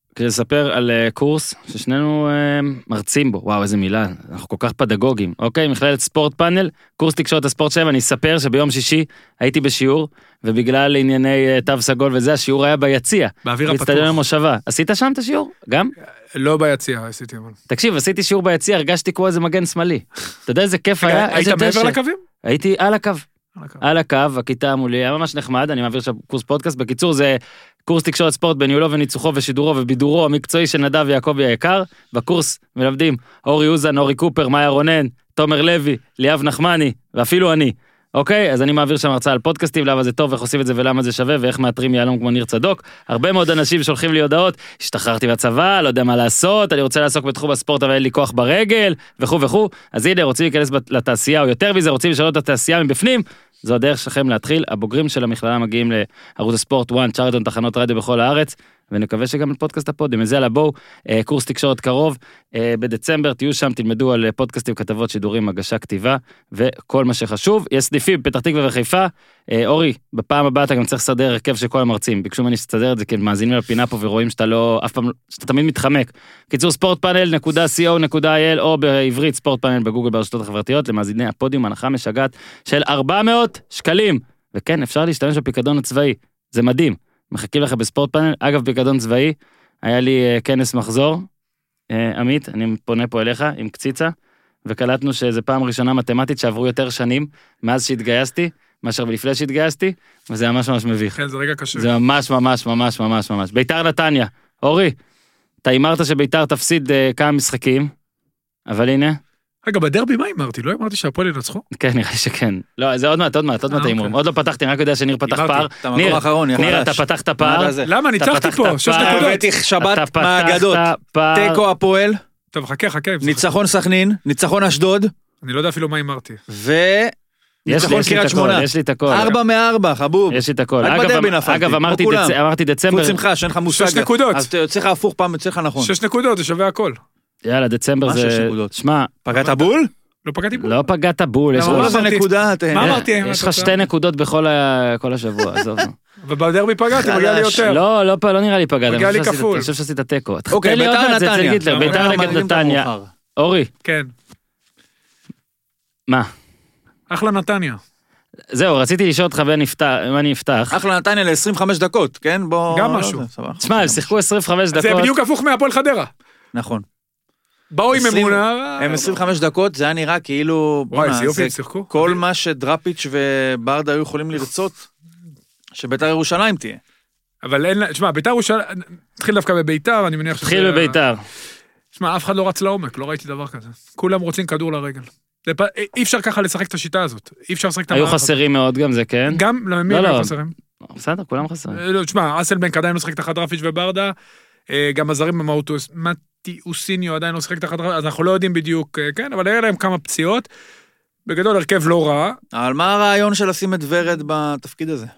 כדי לספר על קורס ששנינו מרצים בו, וואו איזה מילה, אנחנו כל כך פדגוגים, אוקיי, מכללת ספורט פאנל, קורס תקשורת הספורט 7, אני אספר שביום שישי הייתי בשיעור, ובגלל ענייני תו סגול וזה, השיעור היה ביציע, באוויר הפתוח. באצטדיון המושבה, עשית שם את השיעור? גם? לא ביציע, עשיתי אבל. תקשיב, עשיתי שיעור ביציע, הרגשתי כמו איזה מגן שמאלי, אתה יודע איזה כיף היה? היית מעבר לקווים? הייתי על הקו. על הקו, הכיתה מולי, היה ממש נחמד, אני מעביר שם קורס פודקאסט, בקיצור זה קורס תקשורת ספורט בניהולו וניצוחו ושידורו ובידורו המקצועי של נדב ויעקבי היקר, בקורס מלמדים אורי אוזן, אורי קופר, מאיה רונן, תומר לוי, ליאב נחמני, ואפילו אני, אוקיי? אז אני מעביר שם הרצאה על פודקאסטים, למה זה טוב, איך עושים את זה ולמה זה שווה, ואיך מאתרים יעלום כמו ניר צדוק, הרבה מאוד אנשים שולחים לי הודעות, השתחררתי בצבא, לא יודע מה לעשות, אני רוצה לעסוק בתחום הספורט, אבל אין לי כוח ברגל, וכו' וכו', אז הנה, רוצים להיכנס לתעשייה, או יותר מזה, רוצים לשנות את התעשייה מבפנים, זו הדרך שלכם להתחיל, הבוגרים של המכללה מגיעים לערוץ הספורט 1, צ'רלטון, תחנות רדיו בכל הארץ, ונקווה שגם לפודקאסט הפודיום, אז יאללה בואו, קורס תקשורת קרוב, בדצמבר תהיו שם, תלמדו על פודקאסטים, כתבות, שידורים, הגשה, כתיבה, וכל מה שחשוב, יש סניפים, פתח תקווה וחיפה, אורי, בפעם הבאה אתה גם צריך לסדר הרכב של כל המרצים, ביקשו ממני שתסדר את זה, כי מאזינים לפינה פה ורואים שאתה לא, אף פעם, שאתה תמיד מתחמק. קיצור sportpanel.co.il או בעברית ספורט פאנל בגוגל ברשתות החברתיות, למאזיני הפודיום, הנחה משגעת של 400 שקלים. וכן, אפשר להשתמש בפיקדון הצבאי, זה מדהים. מחכים לך בספורט פאנל, אגב פיקדון צבאי, היה לי כנס מחזור, עמית, אני פונה פה אליך עם קציצה, וקלטנו שזה פעם ראשונה מתמטית שעברו יותר שנים מאז שהתגייסתי, מאשר ולפני שהתגייסתי, וזה ממש ממש מביך. כן, זה רגע קשה. זה ממש ממש ממש ממש ממש. ביתר נתניה, אורי, אתה אמרת שביתר תפסיד כמה משחקים, אבל הנה. רגע, בדרבי מה אמרתי? לא אמרתי שהפועל ינצחו? כן, נראה שכן. לא, זה עוד מעט האימורים. עוד לא פתחתי, אני רק יודע שניר פתח פער. ניר, אתה פתחת פער. למה? ניצחתי פה, 6 נקודות. הבאתי שבת מהאגדות. תיקו הפועל. טוב, חכה. ניצחון סכנין, ניצחון אשדוד. אני לא יודע אפילו מה אמרתי. ניצחון קריית שמונה. יש לי את הכל. 4 מ-4, חבוב. יש לי את הכל. רק בדרבי נפלתי. אגב, אמרתי דצמבר. חוץ שמחה, שאין לך מושג. 6 נקודות. אז צריך להפוך פעם, צריך נכון. 6 נקודות, זה שווה הכל. יאללה, דצמבר זה... שמע, פגעת בול? לא פגעתי בול. לא פגעת בול. מה אמרתי? יש לך 2 נקודות בכל השבוע, עזוב. ובדרבי פגעתי, מגיע לי יותר. לא נראה לי פגעת. מגיע לי כפול. אני חושב שעשית תיקו. אוקיי, ביתר נתניה. ביתר נגד נתניה. אורי. כן. מה? אחלה נתניה. זהו, רציתי לשאול אותך מה אני אפתח. אחלה נתניה ל-25 דקות, כן? גם משהו. תשמע, הם שיחקו 25 דקות. זה בדיוק הפוך מהפועל חדרה. נכון. באו עם אמונה. הם 25 דקות, זה היה נראה כאילו... וואי, זה יופי, שיחקו. כל מה שדראפיץ' וברדה היו יכולים לרצות, שביתר ירושלים תהיה. אבל אין, תשמע, ביתר ירושלים, תתחיל דווקא בביתר, אני מניח תתחיל בביתר. תשמע, אף אחד לא רץ לעומק, לא ראיתי דבר כזה. כולם רוצים כדור לרגל. אי אפשר ככה לשחק את השיטה הזאת. אי אפשר לשחק את המערכת. היו חסרים מאוד גם זה, כן? גם, למי היו חסרים? בסדר, כולם חסרים. תשמע, אסלבנק עדיין לא שחק תחת דראפיץ' וברדה, גם הזרים מטיוסיניו עדיין לא שחק תחת דראפיץ', אז אנחנו לא יודעים בדיוק, כן, אבל היה להם כמה פציעות. בגדול, הרכב לא רע. אבל מה הרעיון של לשים את ורד בתפקיד הזה?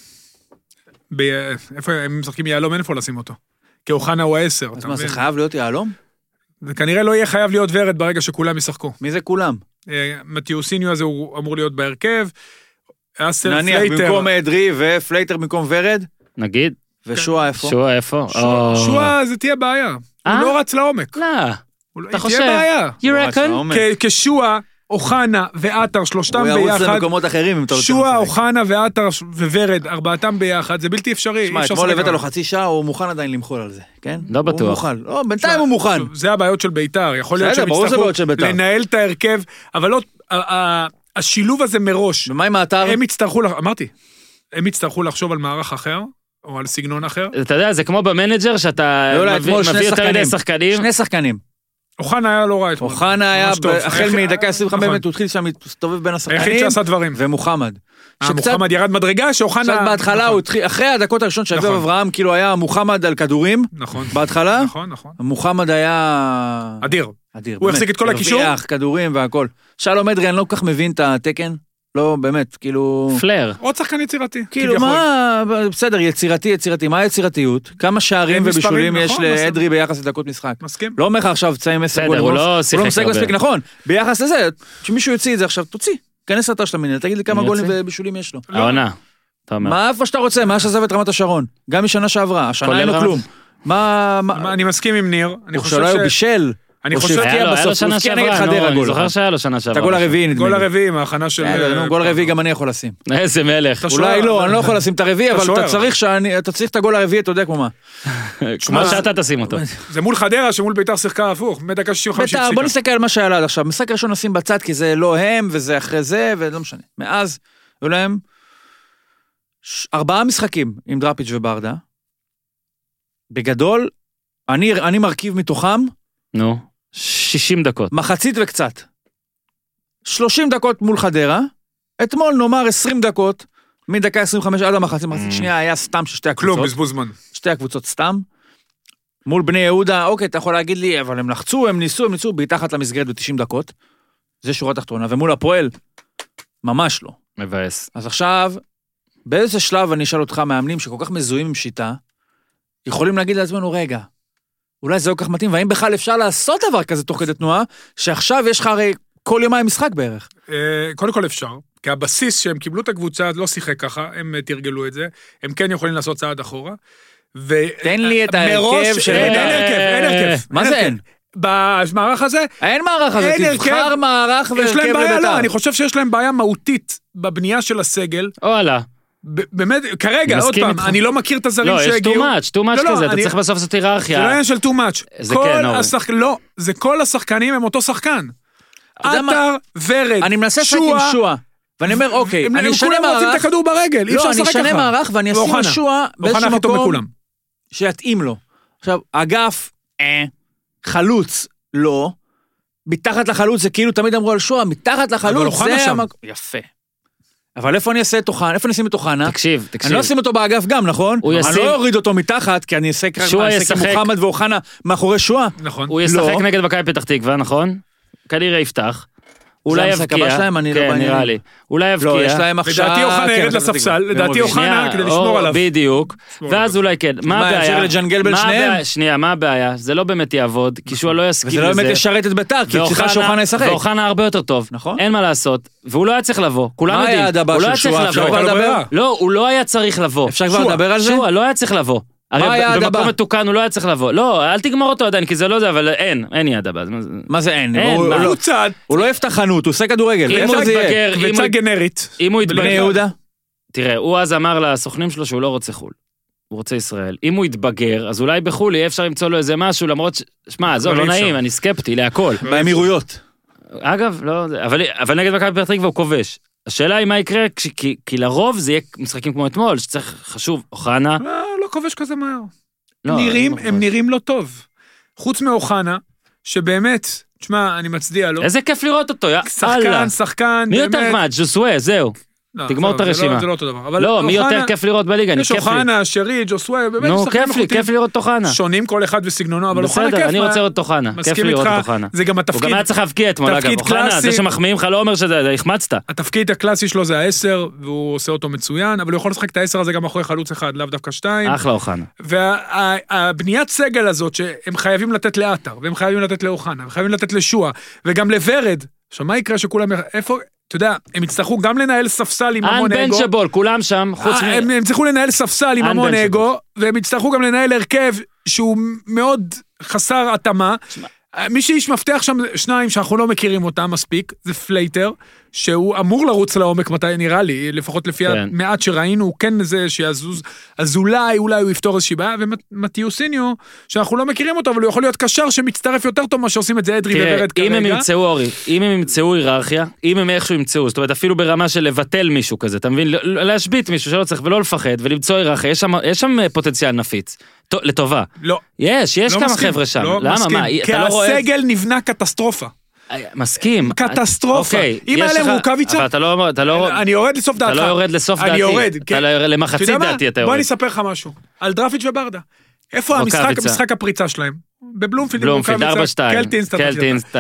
איפה הם משחקים יעלום, אין איפה לשים אותו. כי אוחנה הוא 10. אז מה, זה חייב להיות יעלום? זה כנראה לא יהיה חייב להיות ורד ברגע שכולם ישחקו. מי זה כולם? מטיוסיניו הזה הוא אמור להיות בהרכב. נניח במקום אדרי ופלייטר במקום ורד? נגיד. ושועה איפה? שועה איפה? שועה זה תהיה בעיה. הוא לא רץ לעומק. לא. אתה חושב? תהיה בעיה. You reckon? כשועה, אוחנה ועטר, שלושתם ביחד. הוא ירוץ למקומות אחרים אם אתה רוצה. שועה, אוחנה ועטר וורד, 4 ביחד, זה בלתי אפשרי. שמע, אתמול הבאת לו חצי שעה, הוא מוכן עדיין למחול על זה, כן? לא בטוח. לא, בינתיים הוא מוכן. זה הבעיות של ביתר, יכול להיות שהם יצטרכו לנהל את ההרכב, אבל לא, השילוב הזה מראש. ומה עם האתר? אמרתי, הם יצטרכו לחשוב על מערך אחר, או על סגנון אחר. אתה יודע, זה כמו במנג'ר, שאתה מביא יותר מדי שחקנים. 2 שחקנים. אוחנה היה לא רע אתמול. אוחנה היה, החל מדקה 25 הוא התחיל שם להסתובב בין השחקנים. היחיד שעשה דברים. ומוחמד. מוחמד ירד מדרגה, שאוחנה... קצת בהתחלה הוא התחיל, אחרי הדקות הראשון של אברהם, כאילו היה מוחמד על כדורים. נכון. בהתחלה. נכון. מוחמד היה... אדיר. הוא החזיק את כל הקישור. הרוויח, כדורים והכל. שלום אדרי, אני לא כל כך מבין את התקן. לא, באמת, כאילו... פלר. עוד שחקן יצירתי. כאילו מה, בסדר, יצירתי. מה היצירתיות? כמה שערים ובישולים יש לאדרי ביחס לדקות משחק? מסכים. לא אומר לך עכשיו, תצא עם 10 גולים. הוא לא שיחק הרבה. מספיק, נכון. ביחס לזה, שמישהו יוציא את זה עכשיו, תוציא. כנס לאתר של המנהל, תגיד לי כמה גולים ובישולים יש לו. העונה. מה איפה שאתה רוצה, מה שעזב את רמת השרון. גם משנה שעברה, השנה אין לו כלום. אני מסכים עם ניר. הוא שלא היה בישל. אני חושב... היה לו שנה שעברה, אני זוכר שהיה לו שנה שעברה. את הגול הרביעי, גול הרביעי, מההכנה של... גול רביעי גם אני יכול לשים. איזה מלך. אולי לא, אני לא יכול לשים את הרביעי, אבל אתה צריך את הגול הרביעי, אתה יודע כמו מה. כמו שאתה תשים אותו. זה מול חדרה, שמול ביתר שיחקה הפוך, מדקה 65 ביתר, בוא נסתכל על מה שהיה לה עד עכשיו. משחק ראשון נשים בצד, כי זה לא הם, וזה אחרי זה, ולא משנה. מאז, היו להם 4 משחקים עם דראפיץ' וברדה. בגדול, אני מרכיב מתוכם, נו, 60 דקות. מחצית וקצת. 30 דקות מול חדרה, אתמול נאמר 20 דקות, מדקה 25 עד המחצית, מחצית שנייה היה סתם של שתי הקבוצות. כלום, בזבוז זמן. שתי הקבוצות סתם. מול בני יהודה, אוקיי, אתה יכול להגיד לי, אבל הם לחצו, הם ניסו, מתחת למסגרת ב-90 דקות. זה שורה תחתונה, ומול הפועל, ממש לא. מבאס. אז עכשיו, באיזה שלב אני אשאל אותך, מאמנים שכל כך מזוהים עם שיטה, יכולים להגיד לעצמנו, רגע, אולי זה לא כך מתאים, והאם בכלל אפשר לעשות דבר כזה תוך כדי תנועה, שעכשיו יש לך הרי כל יומיים משחק בערך. קודם כל אפשר, כי הבסיס שהם קיבלו את הקבוצה, לא שיחק ככה, הם תרגלו את זה, הם כן יכולים לעשות צעד אחורה, תן לי את ההרכב של... אין הרכב. מה זה אין? במערך הזה? אין מערך הזה, תבחר מערך והרכב לביתר. לא, אני חושב שיש להם בעיה מהותית בבנייה של הסגל. וואלה. באמת, כרגע, עוד פעם, אני לא מכיר את הזרים שהגיעו. לא, יש too much כזה, אתה צריך בסוף לעשות היררכיה. זה לא עניין של too much. זה כן, אורי. לא, זה כל השחקנים הם אותו שחקן. עטר, ורד, אני מנסה לשחק עם שועה, ואני אומר, אוקיי, אני אשנה כולם רוצים את הכדור ברגל, אי אפשר לשחק ככה. אני אשנה מערך, ואני אשים שועה באיזשהו מקום שיתאים לו. עכשיו, אגף, חלוץ, לא. מתחת לחלוץ זה כאילו תמיד אמרו על שועה, מתחת לחלוץ זה המקום. יפה. אבל איפה אני אעשה את אוחנה? איפה אני אשים את אוחנה? תקשיב. אני לא אשים אותו באגף גם, נכון? אני לא אוריד אותו מתחת, כי אני אעשה עם מוחמד ואוחנה מאחורי שועה. נכון. הוא ישחק נגד מכבי פתח תקווה, נכון? כנראה יפתח. אולי יבקיע. כן, נראה לי. אולי יבקיע. לא, יש להם עכשיו... לדעתי אוחנה ירד לספסל, לדעתי אוחנה כדי לשמור עליו. בדיוק. ואז אולי כן. מה הבעיה? שנייה, מה הבעיה? זה לא באמת יעבוד, כי שועה לא יסכים לזה. וזה לא באמת ישרת את ביתר, כי צריכה שאוחנה ישחק. ואוחנה הרבה יותר טוב. נכון. אין מה לעשות. והוא לא היה צריך לבוא. כולם יודעים. מה היה הדבר של שועה? אפשר כבר לדבר? לא, הוא לא היה צריך לבוא. אפשר כבר לדבר על זה? שועה לא היה צריך לבוא. הרי במקום מתוקן הוא לא היה צריך לבוא. לא, אל תגמור אותו עדיין, כי זה לא זה, אבל אין יד הבא. מה זה אין? הוא לא יפתח חנות, הוא עושה כדורגל. קבוצה גנרית. אם הוא יתבגר... בני יהודה? תראה, הוא אז אמר לסוכנים שלו שהוא לא רוצה חול. הוא רוצה ישראל. אם הוא יתבגר, אז אולי בחול יהיה אפשר למצוא לו איזה משהו, למרות שמע, זו לא נעים, אני סקפטי להכל. באמירויות. אגב, לא, אבל נגד מכבי פתח תקווה הוא כובש. השאלה היא מה יקרה, כי לרוב זה יהיה משחקים כמו אתמול, שצריך חשוב, אוחנה. לא כובש כזה מהר. הם נראים לא טוב. חוץ מאוחנה, שבאמת, תשמע, אני מצדיע לו. איזה כיף לראות אותו, יא אללה. שחקן, מי יותר מעט, ז'וסווה, זהו. תגמור את הרשימה. זה לא אותו דבר. לא, מי יותר כיף לראות בליגה, יש אוחנה, שרי, ג'וסווה, באמת נו, כיף לראות אוחנה. שונים כל אחד וסגנונו, אבל אוחנה כיף. בסדר, אני רוצה לראות אוחנה. כיף לראות אוחנה. זה גם התפקיד. הוא גם היה צריך להבקיע אתמול, אגב. אוחנה, זה שמחמיאים לך לא אומר שזה, החמצת. התפקיד הקלאסי שלו זה ה-10, והוא עושה אותו מצוין, אבל הוא יכול לשחק את ה-10 הזה גם אחרי חלוץ אחד, לאו דווקא 2. אחלה אוחנה. והבניית סגל הזאת, שהם חייבים לתת לעטר, והם חייבים לתת לאוחנה, והם חייבים לתת לשועה, וגם לוורד. עכשיו, מה יקרה שכולם, איפה, אתה יודע, הם יצטרכו גם לנהל ספסל עם המון אגו. אנבנצ'בול, כולם שם, חוץ הם יצטרכו לנהל ספסל עם המון אגו, והם יצטרכו גם לנהל הרכב שהוא מאוד חסר התאמה. מי שיש מפתח שם שניים שאנחנו לא מכירים אותם מספיק, זה פלייטר, שהוא אמור לרוץ לעומק מתי נראה לי, לפחות לפי המעט שראינו, הוא כן זה שיזוז, אז אולי הוא יפתור איזושהי בעיה, ומתיוסיניו, שאנחנו לא מכירים אותו, אבל הוא יכול להיות קשר שמצטרף יותר טוב מה שעושים את זה אדרי וורד כרגע. אם הם ימצאו, אורי, אם הם ימצאו היררכיה, אם הם איכשהו ימצאו, זאת אומרת אפילו ברמה של לבטל מישהו כזה, אתה מבין? להשבית מישהו שלא צריך ולא לפחד, ולמצוא היררכיה, יש שם פוטנציאל נפיץ. לטובה. לא. יש כמה חבר'ה שם. למה? מה? כי הסגל נבנה קטסטרופה. מסכים. קטסטרופה. אם היה להם רוקביצה... אבל אתה לא... אני יורד לסוף דעתך. אתה לא יורד לסוף דעתי. אני יורד. למחצית דעתי אתה יורד. בוא אני אספר לך משהו. על דרפיץ' וברדה. איפה המשחק הפריצה שלהם? בבלומפילד. בלומפילד, 4-2. קלטינס.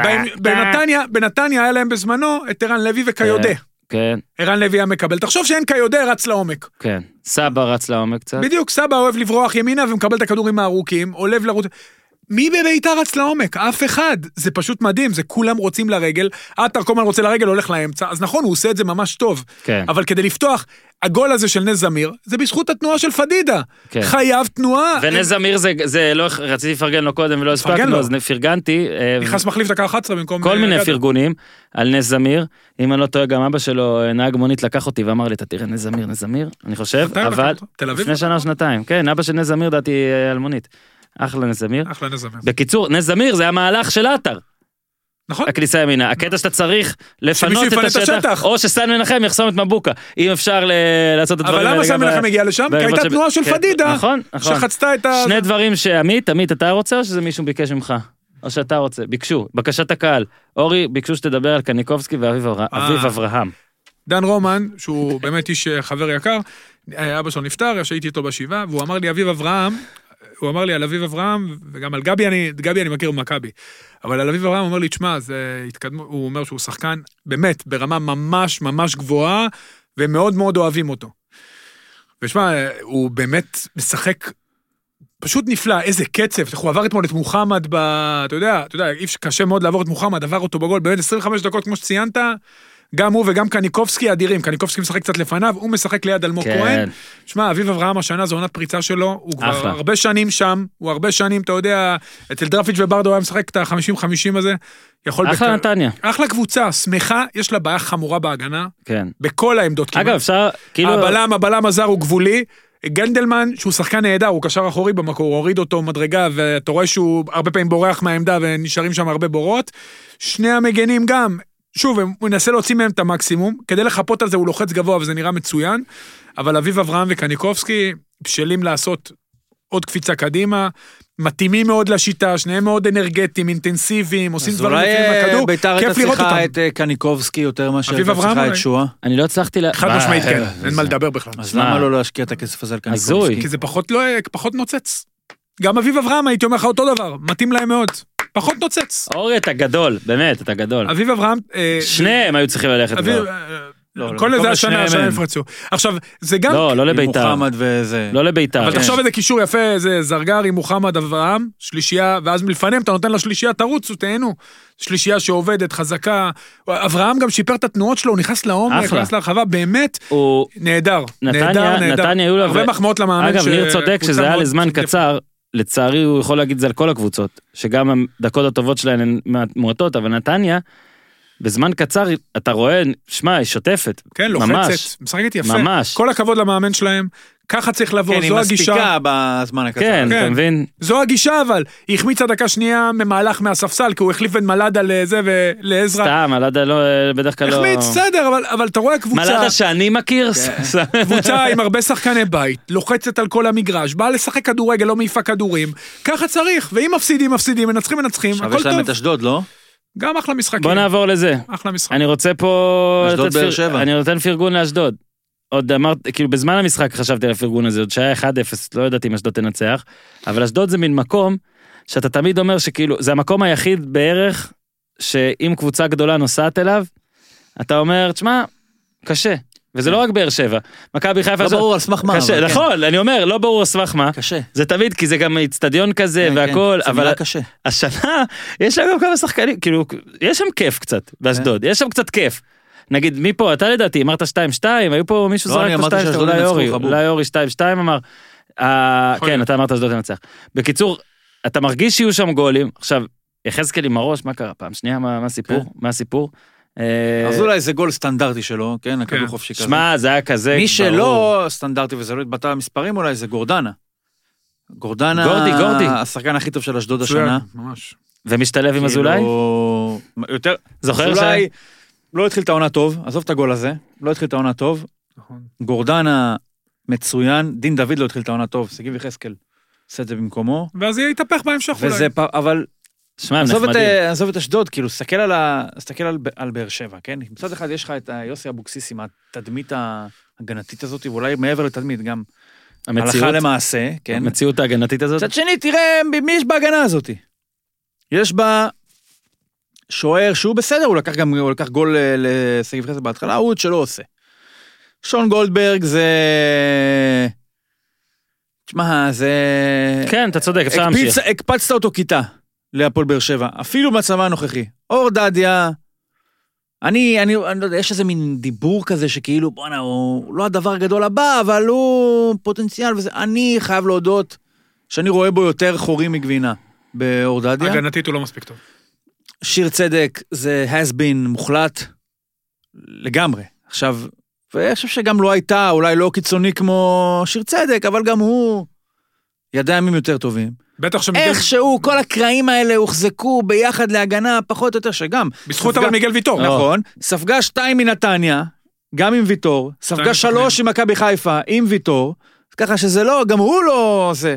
בנתניה היה להם בזמנו את ערן לוי וקיודה. כן. ערן לוי היה מקבל. תחשוב שאין קיודה רץ לעומק. כן. סבא רץ לעומק קצת. בדיוק, סבא אוהב לברוח ימינה ומקבל את הכדורים הארוכים, עולב לרוץ. מי בביתר רץ לעומק? אף אחד. זה פשוט מדהים, זה כולם רוצים לרגל, עטר כל הזמן רוצה לרגל, הולך לאמצע, אז נכון, הוא עושה את זה ממש טוב. כן. אבל כדי לפתוח, הגול הזה של נס זמיר, זה בזכות התנועה של פדידה. כן. חייב תנועה. ונס זמיר זה לא, רציתי לפרגן לו קודם ולא הספקנו, אז פרגנתי. נכנס מחליף דקה 11 במקום... כל מיני פרגונים על נס זמיר. אם אני לא טועה, גם אבא שלו, נהג מונית, לקח אותי ואמר לי, אתה תראה נס זמיר, אני חושב, אבל לפני שנה או שנתיים. כן, אבא של נס זמיר דעתי על מונית. אחלה נס זמיר. אחלה נס זמיר. בקיצור, נס זמיר זה המהלך של עטר. נכון. הכניסה ימינה. הקטע שאתה צריך לפנות את השטח, או שסן מנחם יחסום את מבוקה. אם אפשר לעשות את הדברים האלה. אבל למה סן מנחם הגיע לשם? כי הייתה תנועה של פדידה. נכון. שחצתה את ה... שני דברים שעמית, אתה רוצה או שזה מישהו ביקש ממך? או שאתה רוצה? ביקשו, בקשת הקהל. אורי, ביקשו שתדבר על קניקובסקי ואביב אברהם. דן רומן, שהוא באמת איש חבר יקר, אבא שלו נפטר, שהייתי איתו בשבעה, והוא אמר לי אביב אברהם, הוא אמר לי על אביב אברהם, וגם על גבי אני מכיר במכבי, אבל על אביב אברהם הוא אומר לי, תשמע, הוא אומר שהוא שחקן באמת ברמה ממש ממש גבוהה, ומאוד מאוד אוהבים אותו. ושמע, הוא באמת משחק פשוט נפלא, איזה קצב, הוא עבר אתמול את מוחמד, אתה יודע, קשה מאוד לעבור את מוחמד, עבר אותו בגול, באמת 25 דקות כמו שציינת, גם הוא וגם קניקובסקי אדירים, קניקובסקי משחק קצת לפניו, הוא משחק ליד אלמוג כהן. שמע, אביב אברהם השנה זו עונת פריצה שלו, הוא כבר הרבה שנים שם, הוא הרבה שנים, אתה יודע, אצל דרפיץ' וברדו היה משחק את ה-50-50 הזה, אחלה נתניה. אחלה קבוצה, שמחה, יש לה בעיה חמורה בהגנה, כן. בכל העמדות. אגב, אפשר, כאילו... הבלם הזר הוא גבולי, גנדלמן, שהוא שחקן נהדר, הוא קשר אחורי במקור, הוא הוריד אותו מדרגה, ואתה רואה שהוא הרבה פעמים בורח מהעמדה, ונשארים שם הרבה בורות. שני המגנים גם, שוב, הוא מנסה להוציא מהם את המקסימום, כדי לחפות על זה הוא לוחץ גבוה, וזה נראה מצוין, אבל אביב אברהם וקניקובסקי, בשלים לעשות עוד קפיצה קדימה, מתאימים מאוד לשיטה, שניהם מאוד אנרגטיים, אינטנסיביים, עושים דברים לפעמים בכדור, כיף לראות אותם. ביתר את קניקובסקי יותר מאשר צריכה את שואה? אני לא הצלחתי חד משמעית כן, אין מה לדבר בכלל. אז למה לא להשקיע את הכסף הזה על קניקובסקי? כי זה פחות נוצץ. גם אביב אברהם הייתי אומר לך אותו דבר, מתאים להם מאוד. פחות נוצץ. אורי, אתה גדול, באמת, אתה גדול. אביב אברהם... שניהם היו צריכים ללכת כבר. כל איזה השנה יפרצו. עכשיו, זה גם... לא לביתר. מוחמד וזה... לא לביתר. אבל תחשוב איזה קישור יפה, זה זרגרי, מוחמד, אברהם, שלישייה, ואז מלפניהם אתה נותן לשלישייה, תרוצו, תהנו. שלישייה שעובדת, חזקה. אברהם גם שיפר את התנועות שלו, הוא נכנס לעומק, נכנס להרחבה, באמת נהדר. נתניה היו לו... הרבה מחמאות למאמן. אגב, ניר צודק שזה היה לזמן קצר. לצערי הוא יכול להגיד זה על כל הקבוצות, שגם הדקות הטובות שלהן הן מועטות, אבל נתניה, בזמן קצר אתה רואה, שמע, היא שוטפת. כן, לוחצת, משחקת יפה. ממש. כל הכבוד למאמן שלהם, ככה צריך לבוא, זו הגישה. כן, היא מספיקה בזמן הקצר. כן, אתה מבין? זו הגישה, אבל היא החמיצה דקה שנייה ממהלך מהספסל, כי הוא החליף בין מלאדה לזה ולעזרא. סתם, מלאדה לא, בדרך כלל לא... החמיץ, בסדר, אבל אתה רואה קבוצה... מלאדה שאני מכיר. קבוצה עם הרבה שחקני בית, לוחצת על כל המגרש, באה לשחק כדורגל, לא מעיפה כדורים. ככה צריך, ואם מפסידים, מנצחים, הכל טוב. את אשדוד, לא? גם אחלה משחקים. בוא נעבור לזה. אחלה משחק. אני רוצה פה... אשדוד באר שבע. אני נותן פרגון לאשדוד. עוד אמרת, כאילו בזמן המשחק חשבתי על הפרגון הזה, עוד שהיה 1-0, לא ידעתי אם אשדוד תנצח, אבל אשדוד זה מין מקום, שאתה תמיד אומר שכאילו, זה המקום היחיד בערך, שאם קבוצה גדולה נוסעת אליו, אתה אומר, תשמע, קשה. וזה לא רק באר שבע. מכבי חיפה... לא ברור על סמך מה. קשה, נכון, אני אומר, לא ברור על סמך מה. קשה. זה תמיד, כי זה גם אצטדיון כזה והכל, אבל השנה, יש לה גם כמה שחקנים, כאילו, יש שם כיף קצת, באשדוד, יש שם קצת כיף. נגיד, מפה, אתה לדעתי, אמרת 2-2, היו פה מישהו זרק פה 2-2, אולי אורי 2-2 אמר, כן, אתה אמרת אשדוד תנצח. בקיצור, אתה מרגיש שיהיו שם גולים, עכשיו, יחזקאל עם הראש, מה קרה פעם? שנייה, מה הסיפור? אז אולי זה גול סטנדרטי שלו, כן, הכדור חופשי כזה. שמע, זה היה כזה... מי שלא סטנדרטי וזה לא התבטא במספרים אולי, זה גורדנה. גורדנה, גורדי. השחקן הכי טוב של אשדוד השנה. ממש. ומשתלב עם אזולאי? יותר... זוכר אזולאי לא התחיל את העונה טוב, עזוב את הגול הזה, לא התחיל את העונה טוב. גורדנה מצוין, דין דוד לא התחיל את העונה טוב, סגיב יחזקאל עושה את זה במקומו. ואז יהיה יתהפך בהמשך אולי. אבל... עזוב את אשדוד, כאילו, סתכל על באר שבע, כן? מצד אחד יש לך את יוסי אבוקסיס עם התדמית ההגנתית הזאת, ואולי מעבר לתדמית גם הלכה למעשה, כן? המציאות ההגנתית הזאת. מצד שני, תראה, מי יש בהגנה הזאת? יש בה שוער שהוא בסדר, הוא לקח גול לסגיב חסד בהתחלה, הוא עוד שלא עושה. שון גולדברג זה... תשמע, זה... כן, אתה צודק, אפשר להמשיך. הקפצת אותו כיתה להפועל באר שבע, אפילו במצבה הנוכחי. אור דדיה, אני לא יודע, יש איזה מין דיבור כזה שכאילו, בוא'נה, הוא לא הדבר הגדול הבא, אבל הוא פוטנציאל וזה. אני חייב להודות שאני רואה בו יותר חורים מגבינה באור דדיה. הגנתית הוא לא מספיק טוב. שיר צדק זה has been מוחלט לגמרי. עכשיו, ואני חושב שגם לא הייתה, אולי לא קיצוני כמו שיר צדק, אבל גם הוא ידע ימים יותר טובים. בטח שמיגל... איכשהו, כל הקרעים האלה הוחזקו ביחד להגנה, פחות או יותר שגם. בזכות אבל מיגל ויטור. נכון. ספגה 2 מנתניה, גם עם ויטור. ספגה 3 עם מכבי חיפה, עם ויטור. ככה שזה לא, גם הוא לא זה.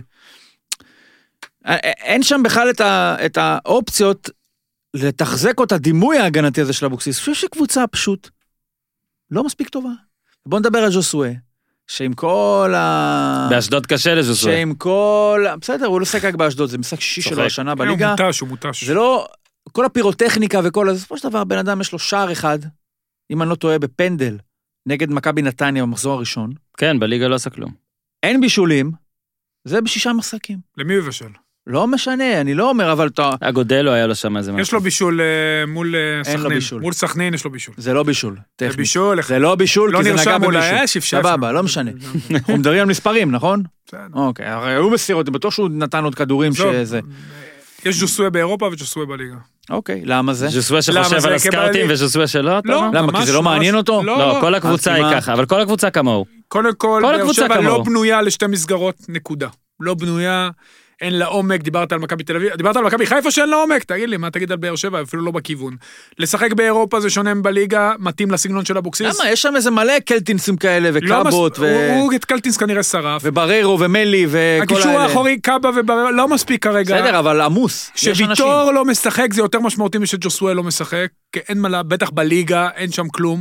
אין שם בכלל את האופציות לתחזק אותה דימוי ההגנתי הזה של אבוקסיס. אני חושב שקבוצה פשוט לא מספיק טובה. בוא נדבר על ז'וסואה. שעם כל באשדוד קשה לז'וסואה. שעם כל... בסדר, הוא לא שחק באשדוד, זה משחק שישי שלו השנה בליגה. הוא מוטש. זה לא... כל הפירוטכניקה וכל... אז בסופו של דבר, בן אדם יש לו שער אחד, אם אני לא טועה, בפנדל, נגד מכבי נתניה במחזור הראשון. כן, בליגה לא עשה כלום. אין בישולים, זה ב6 משחקים. למי הוא יבשל? לא משנה, אני לא אומר, אבל אתה... הגודלו היה לו שם איזה משהו. יש לו בישול מול סכנין. אין לו בישול. מול סכנין יש לו בישול. זה לא בישול, טכנית. זה בישול. זה לא בישול, לא כי זה נגע נרשם מול במישהו. האש, אפשר. סבבה, לא משנה. אנחנו מדברים על מספרים, נכון? בסדר. אוקיי, הרי הוא מסיר אותי, בטוח שהוא נתן עוד כדורים שזה... יש ז'וסואה באירופה וז'וסואה בליגה. אוקיי, למה זה? ז'וסואה שחושב על הסקאוטים וז'וסואה שלא? לא. למה? כי זה לא מעניין אותו? לא, כל הקבוצה היא ככה, אבל כל הקבוצה כמוהו. קודם כל, באר שבע לא בנויה לשתי מסגרות, נקודה. לא בנויה, אין לה עומק, דיברת על מכבי תל אביב, דיברת על מכבי חיפה שאין לה עומק, תגיד לי, מה תגיד על באר שבע? אפילו לא בכיוון. לשחק באירופה זה שונה בליגה, מתאים לסגנון של אבוקסיס. למה? יש שם איזה מלא קלטינסים כאלה, וקאבות, הוא את קלטינס כנראה שרף. ובררו ומלי וכל האלה. הקישור האחורי, קאבה ובררו, לא מספיק כרגע. בסדר, אבל עמוס. שוויטור לא משחק, זה יותר משמעותי משג'וסואה לא משחק, כי אין מה, בטח בליגה, אין שם כלום.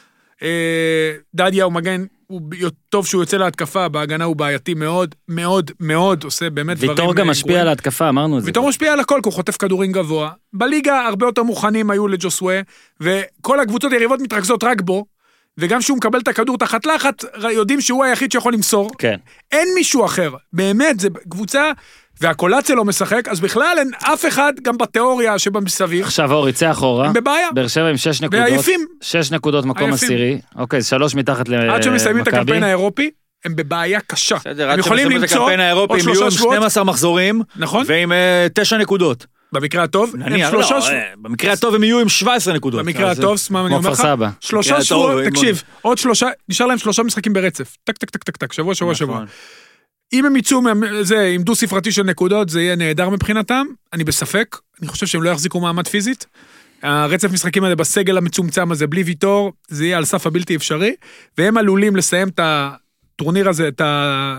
דדיה הוא מגן, הוא טוב שהוא יוצא להתקפה, בהגנה הוא בעייתי מאוד, מאוד, מאוד, עושה באמת דברים... ויטור גם משפיע על ההתקפה, אמרנו את זה. ויטור משפיע על הכל, כי הוא חוטף כדורים גבוה. בליגה הרבה יותר מוכנים היו לג'וסואה, וכל הקבוצות היריבות מתרכזות רק בו, וגם שהוא מקבל את הכדור תחת לחץ, יודעים שהוא היחיד שיכול למסור. כן. אין מישהו אחר. באמת, זה קבוצה... והקולציה לא משחק, אז בכלל אין אף אחד, גם בתיאוריה שבמסביב. עכשיו אור יצא אחורה. בבעיה. באר שבע עם 6 נקודות. ועייפים. 6 נקודות מקום עשירי. אוקיי, 3 מתחת למכבי. עד שמסיימים את הקמפיין האירופי, הם בבעיה קשה. בסדר, עד שמסיימים את הקמפיין האירופי, הם יהיו עם 12 מחזורים. נכון. ועם 9 נקודות. במקרה הטוב, במקרה הטוב הם יהיו עם 17 נקודות. במקרה הטוב, מה אני אומר לך? 3 שבועות, תקשיב, עוד 3, נשאר להם 3 משחקים ברצף. טק, טק, טק, טק, טק, שבוע, שבוע, שבוע. אם הם יצאו עם דו ספרתי של נקודות, זה יהיה נהדר מבחינתם, אני בספק, אני חושב שהם לא יחזיקו מעמד פיזית, הרצף משחקים הזה בסגל המצומצם הזה, בלי ויטור, זה יהיה על סף הבלתי אפשרי, והם עלולים לסיים את הטורניר הזה, את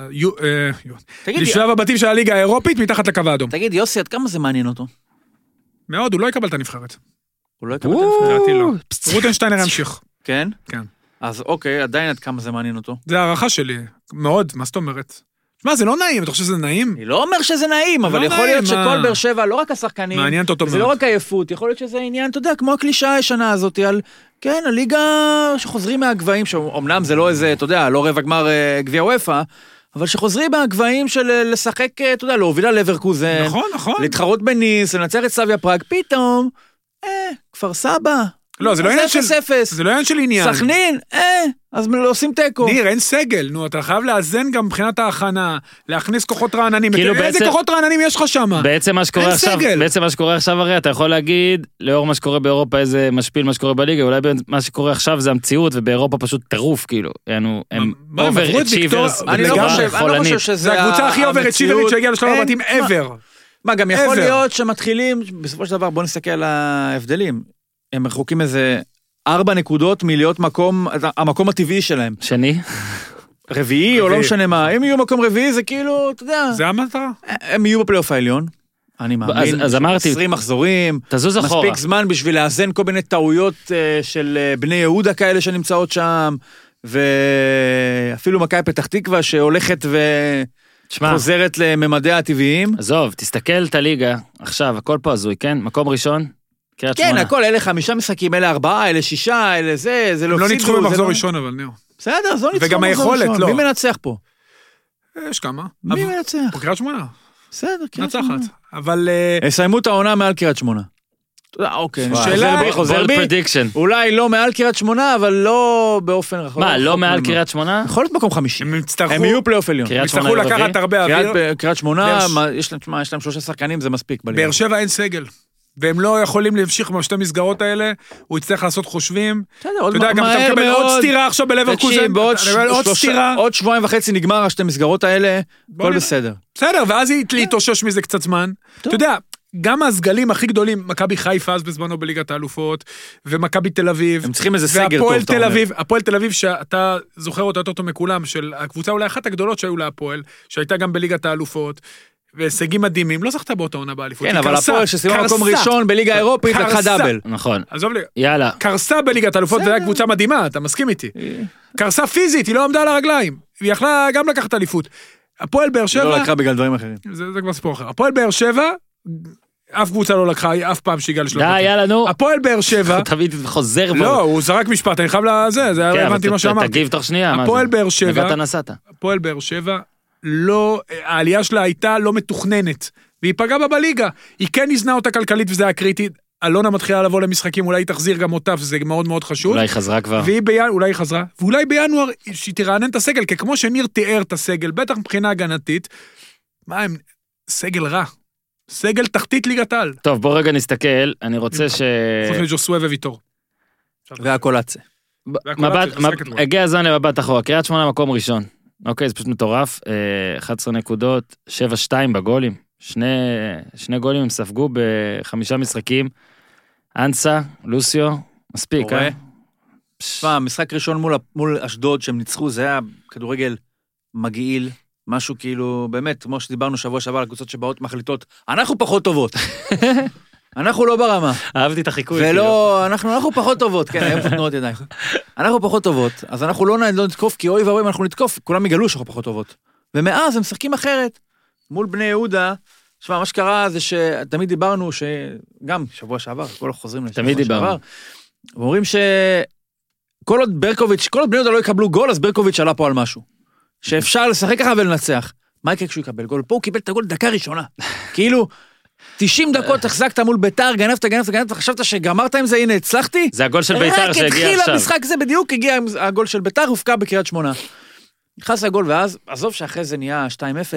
לשלב הבתים של הליגה האירופית, מתחת לקו האדום. תגיד, יוסי, עד כמה זה מעניין אותו? מאוד, הוא לא יקבל את הנבחרת. הוא לא יקבל את הנבחרת? לדעתי לא. רוטנשטיינר ימשיך. כן? כן. אז אוקיי, עדיין עד כמה זה מעניין אותו? זה הערכה שלי, מאוד, מה זאת אומרת? מה, זה לא נעים, אתה חושב שזה נעים? אני לא אומר שזה נעים, אבל יכול להיות שכל באר שבע, לא רק השחקנים, זה לא רק עייפות, יכול להיות שזה עניין, אתה יודע, כמו הקלישה הישנה הזאת, על, כן, הליגה שחוזרים מהגבהים, שאומנם זה לא איזה, אתה יודע, לא רבע גמר גביע וופא, אבל שחוזרים מהגבהים של לשחק, אתה יודע, להוביל על לברקוזן, נכון. להתחרות בניס, לנצח את סלאביה פראג, פתאום, כפר סבא. לא, זה לא עניין של עניין. סכנין, אז עושים טקו. ניר, אין סגל, נו, אתה חייב לאזן גם מבחינת ההכנה, להכניס כוחות רעננים. איזה כוחות רעננים יש לך שם? בעצם מה שקורה עכשיו, הרי אתה יכול להגיד, לאור מה שקורה באירופה, איזה משפיל מה שקורה בליגה, אולי מה שקורה עכשיו זה המציאות, ובאירופה פשוט טירוף, כאילו. הם אובר-אצ'יברס. אני לא חושב שזה... זה הקבוצה הכי אובר-אצ'יברית שהגיעה לשלב הבתים ever. מה, גם יכול להיות שמתחילים, בסופו של דבר, בוא נסתכל על ההבדלים. הם רחוקים איזה 4 נקודות מלהיות המקום הטבעי שלהם. שני? רביעי או לא משנה מה. אם יהיו מקום רביעי זה כאילו, אתה יודע. זה המטרה. הם יהיו בפלייאוף העליון. אני מאמין. אז אמרתי. 20 מחזורים. תזוז אחורה. מספיק זמן בשביל לאזן כל מיני טעויות של בני יהודה כאלה שנמצאות שם. ואפילו מכבי פתח תקווה שהולכת וחוזרת לממדיה הטבעיים. עזוב, תסתכל את הליגה. עכשיו, הכל פה הזוי, כן? מקום ראשון. כן, הכל, אלה 5 משחקים, אלה 4, אלה 6, אלה זה לא ניצחו במחזור ראשון, אבל ניר. בסדר, אז לא ניצחו במחזור ראשון. מי מנצח פה? יש כמה. מי מנצח? קריית שמונה. בסדר, קריית שמונה. נצחת. אבל... יסיימו את העונה מעל קריית שמונה. אוקיי, שאלה... בולד פרדיקשן. אולי לא מעל קריית שמונה, אבל לא באופן רחוק. מה, לא מעל קריית שמונה? יכול להיות מקום 50. הם יהיו פלייאוף עליון. קריית שמונה יצטרכו לקחת הרבה אוויר. קריית שמונה, יש להם 3 שחקנים, זה מספיק. באר שבע אין סגל. והם לא יכולים להמשיך בשתי מסגרות האלה, הוא יצטרך לעשות חושבים. אתה יודע, גם אתה מקבל עוד סתירה עכשיו בלברקוזן. עוד 2.5 נגמר השתי מסגרות האלה, הכל בסדר. בסדר, ואז היא להתאושש מזה קצת זמן. אתה יודע, גם הסגלים הכי גדולים, מכבי חיפה אז בזמנו בליגת האלופות, ומכבי תל אביב. הם צריכים איזה סגל טוב, אתה אומר. הפועל תל אביב, שאתה זוכר אותה יותר טוב מכולם, של הקבוצה אולי אחת הגדולות שהיו להפועל, שהייתה גם בליגת האלופות, והישגים מדהימים, לא זכתה באותה עונה באליפות. כן, אבל הפועל שסיימה מקום ראשון בליגה האירופית, לקחה דאבל. נכון. עזוב לי. יאללה. קרסה בליגת האלופות, זו הייתה קבוצה מדהימה, אתה מסכים איתי. קרסה פיזית, היא לא עמדה על הרגליים. היא יכלה גם לקחת אליפות. הפועל באר שבע... לא לקחה בגלל דברים אחרים. זה כבר סיפור אחר. הפועל באר שבע, אף קבוצה לא לקחה, אף פעם שהגיעה לשלוט. די, יאללה, נו. הפועל באר שבע... תמיד חוזר בו. לא, הוא זרק משפט, אני חייב לזה, זה היה הבנתי מה שאמרתי. תגיב תוך שנייה, מה זה? הפועל באר שבע... נגעת נסעת. הפועל באר שבע, לא... העלייה שלה הייתה לא מתוכננת, והיא פגעה בה בליגה. היא כן נזנה אותה כלכלית, וזה היה קריטי. אלונה מתחילה לבוא למשחקים, אולי היא תחזיר גם אותה, וזה מאוד מאוד חשוב. אולי היא חזרה כבר. אולי היא חזרה. ואולי בינואר שהיא תרענן את הסגל, כי כמו שניר תיאר את הסגל, בטח מבחינה הגנתית, מה הם... סגל רע. סגל תחתית ליגת העל. טוב, בוא רגע נסתכל, אני רוצה ש... חוץ מג'וסווה וויטור. והקולציה. הגיע הזמן למבט אחורה, קריית שמונה מקום ראשון. אוקיי, זה פשוט מטורף. 11 נקודות, 7-2 בגולים. שני גולים הם ספגו ב5 משחקים. אנסה, לוסיו, מספיק, משחק ראשון מול אשדוד שהם ניצחו, זה היה כדורגל מגעיל, משהו כאילו, באמת, כמו שדיברנו שבוע שעבר, הקבוצות שבאות מחליטות, אנחנו פחות טובות. אנחנו לא ברמה. אהבתי את החיקוי. ולא, אנחנו פחות טובות, כן, היום תנועות ידיים. אנחנו פחות טובות, אז אנחנו לא נתקוף, כי אוי ואוי, אנחנו נתקוף, כולם יגלו שאנחנו פחות טובות. ומאז הם משחקים אחרת, מול בני יהודה, שמה, מה שקרה זה שתמיד דיברנו, שגם שבוע שעבר, כל החוזרים לשבוע שעבר, ואומרים שכל עוד ברקוביץ', כל עוד בני יהודה לא יקבלו גול, אז ברקוביץ' עלה פה על משהו. שאפשר לשחק ככה ולנצח. מה יקרה כשהוא יקבל גול? פה הוא קיבל את הגול דקה ראשונה. כאילו, 90 דקות החזקת מול ביתר, גנבת, וחשבת שגמרת עם זה, הנה, הצלחתי. זה הגול של ביתר שהגיע עכשיו. רק התחיל המשחק הזה בדיוק, הגיע הגול של ביתר, הופקע בקריית שמונה. נכנס לגול, ואז, עזוב שאחרי זה נהיה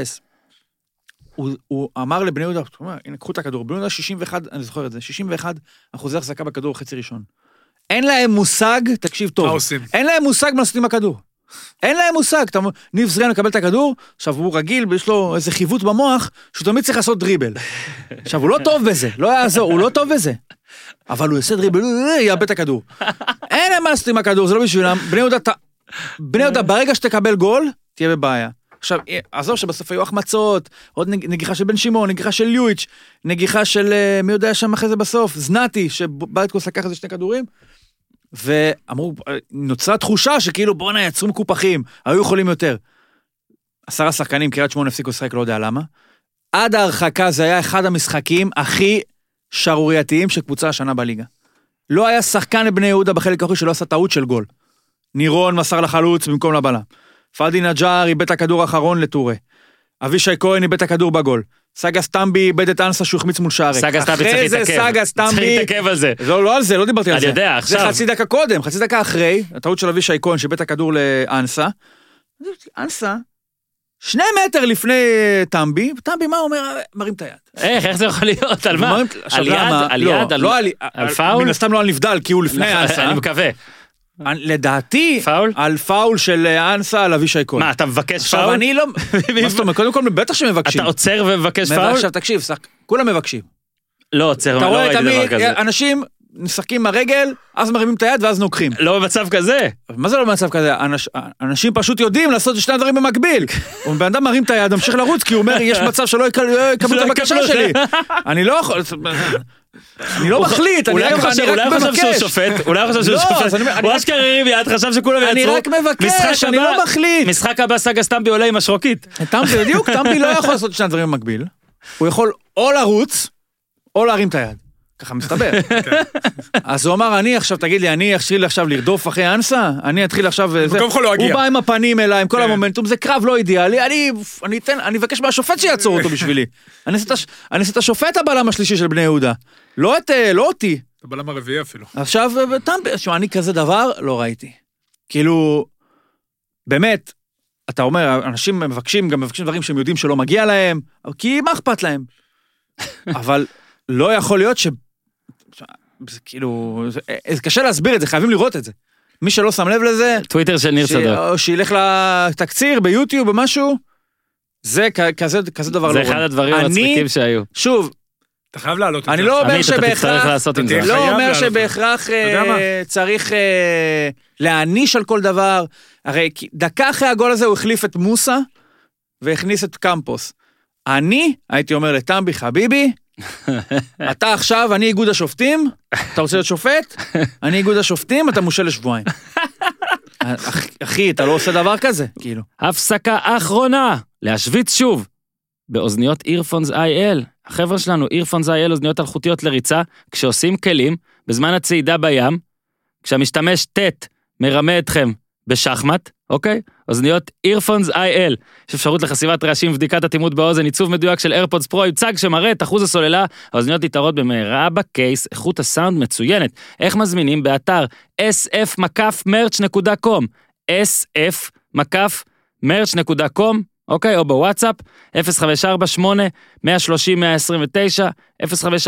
2-0, הוא אמר לבני יהודה, הנה, קחו את הכדור, בני יהודה 61, אני זוכר את זה, 61 אחוזי החזקה בכדור חצי ראשון. אין להם מושג, תקשיב טוב, אין להם מושג מה לעשות עם הכדור. אין להם מושג, ניב זריאן מקבל את הכדור, עכשיו הוא רגיל, יש לו איזה חיווט במוח, שהוא תמיד צריך לעשות דריבל. עכשיו הוא לא טוב בזה, לא יעזור, הוא לא טוב בזה. אבל הוא יעשה דריבל, יאבד את הכדור. אין להם מה לעשות עם הכדור, זה לא בשבילם. בני יהודה, ברגע שתקבל גול, תהיה בבעיה. עכשיו, עזוב שבסוף היו החמצות, עוד נגיחה של בן שמעון, נגיחה של ליואיץ', נגיחה של מי יודע שם אחרי זה בסוף, זנתי, שבלטקוס לקח איזה 2 כדורים, ואמרו, נוצרה תחושה שכאילו בוא נייצרו מקופחים, היו יכולים יותר. 10 שחקנים, קריית שמונה הפסיקו לשחק, לא יודע למה. עד ההרחקה זה היה אחד המשחקים הכי שערורייתיים של קבוצה השנה בליגה. לא היה שחקן לבני יהודה בחלק האחורי שלא עשה טעות של גול. נירון מסר לחלוץ במקום לבלם. פאדי נג'אר איבד את הכדור האחרון לטורה. אבישי כהן איבד את הכדור בגול. סגה סטמבי איבד את אנסה שהוא החמיץ מול שער. סגה סטמבי צריך להתעכב על זה. לא על זה, לא דיברתי על זה. אני יודע, עכשיו. זה חצי דקה קודם, חצי דקה אחרי, הטעות של אבישי כהן שאיבד את הכדור לאנסה. אנסה, 2 מטר לפני טמבי, טמבי מה אומר? מרים את היד. איך זה יכול להיות? על מה? על יד? על פאול? מן הסתם לא על נבדל, כי הוא לפני אנסה. אני מקווה. לדעתי, על פאול של אנסה על אבישי כהן. מה, אתה מבקש פאול? עכשיו אני לא... מה זאת אומרת? קודם כל, בטח שמבקשים. אתה עוצר ומבקש פאול? עכשיו תקשיב, כולם מבקשים. לא עוצר, לא ראיתי דבר כזה. אנשים משחקים מהרגל, אז מרימים את היד ואז נוקחים. לא במצב כזה. מה זה לא במצב כזה? אנשים פשוט יודעים לעשות 2 דברים במקביל. בן אדם מרים את היד, ממשיך לרוץ, כי הוא אומר, יש מצב שלא יקבלו את הבקשה שלי. אני לא יכול... אני לא מחליט, אני רק מבקש. אולי חשב שהוא שופט, הוא אשכרה הרים יד, חשב שכולם יעצרו. אני רק מבקש, אני לא מחליט. משחק הבא סגה סטמבי עולה עם השרוקית. בדיוק, טמבי לא יכול לעשות 2 דברים במקביל. הוא יכול או לרוץ, או להרים את היד. ככה מסתבר. אז הוא אמר, אני עכשיו, תגיד לי, אני אתחיל עכשיו לרדוף אחרי אנסה? אני אתחיל עכשיו... הוא בא עם הפנים אליי, עם כל המומנטום, זה קרב לא אידיאלי, אני אבקש מהשופט שיעצור אותו בשבילי. אני אעשה את השופט הבלם השלישי של בני יהודה. לא אותי. הבלם הרביעי אפילו. עכשיו, אני כזה דבר לא ראיתי. כאילו, באמת, אתה אומר, אנשים מבקשים דברים שהם יודעים שלא מגיע להם, כי מה אכפת להם? אבל לא יכול להיות כאילו, זה קשה להסביר את זה, חייבים לראות את זה. מי שלא שם לב לזה, טוויטר של ניר צדוק. או שילך לתקציר ביוטיוב או משהו, זה כזה דבר לא רואה. זה אחד הדברים המצחיקים שהיו. שוב, אתה חייב לעלות את זה. אני לא אומר שבהכרח צריך להעניש על כל דבר. הרי דקה אחרי הגול הזה הוא החליף את מוסה, והכניס את קמפוס. אני הייתי אומר לטמבי חביבי, אתה עכשיו, אני איגוד השופטים, אתה רוצה להיות שופט? אני איגוד השופטים, אתה מושל לשבועיים. אחי, אתה לא עושה דבר כזה, כאילו. הפסקה אחרונה, להשוויץ שוב, באוזניות אירפונס IL. החבר'ה שלנו, אירפונס IL, אוזניות אלחוטיות לריצה, כשעושים כלים, בזמן הצעידה בים, כשהמשתמש טט מרמה אתכם בשחמט, אוקיי? אוזניות אירפונס IL. יש אפשרות לחסיבת רעשים ובדיקת התימות באוזן, עיצוב מדויק של איירפודס פרו, עם צג שמראה את אחוז הסוללה, האוזניות נתארות במהרה בקייס, איכות הסאונד מצוינת. איך מזמינים? באתר sf-merch.com, sf-merch.com, אוקיי? או בוואטסאפ, 0548-130-129, 0548-130-129,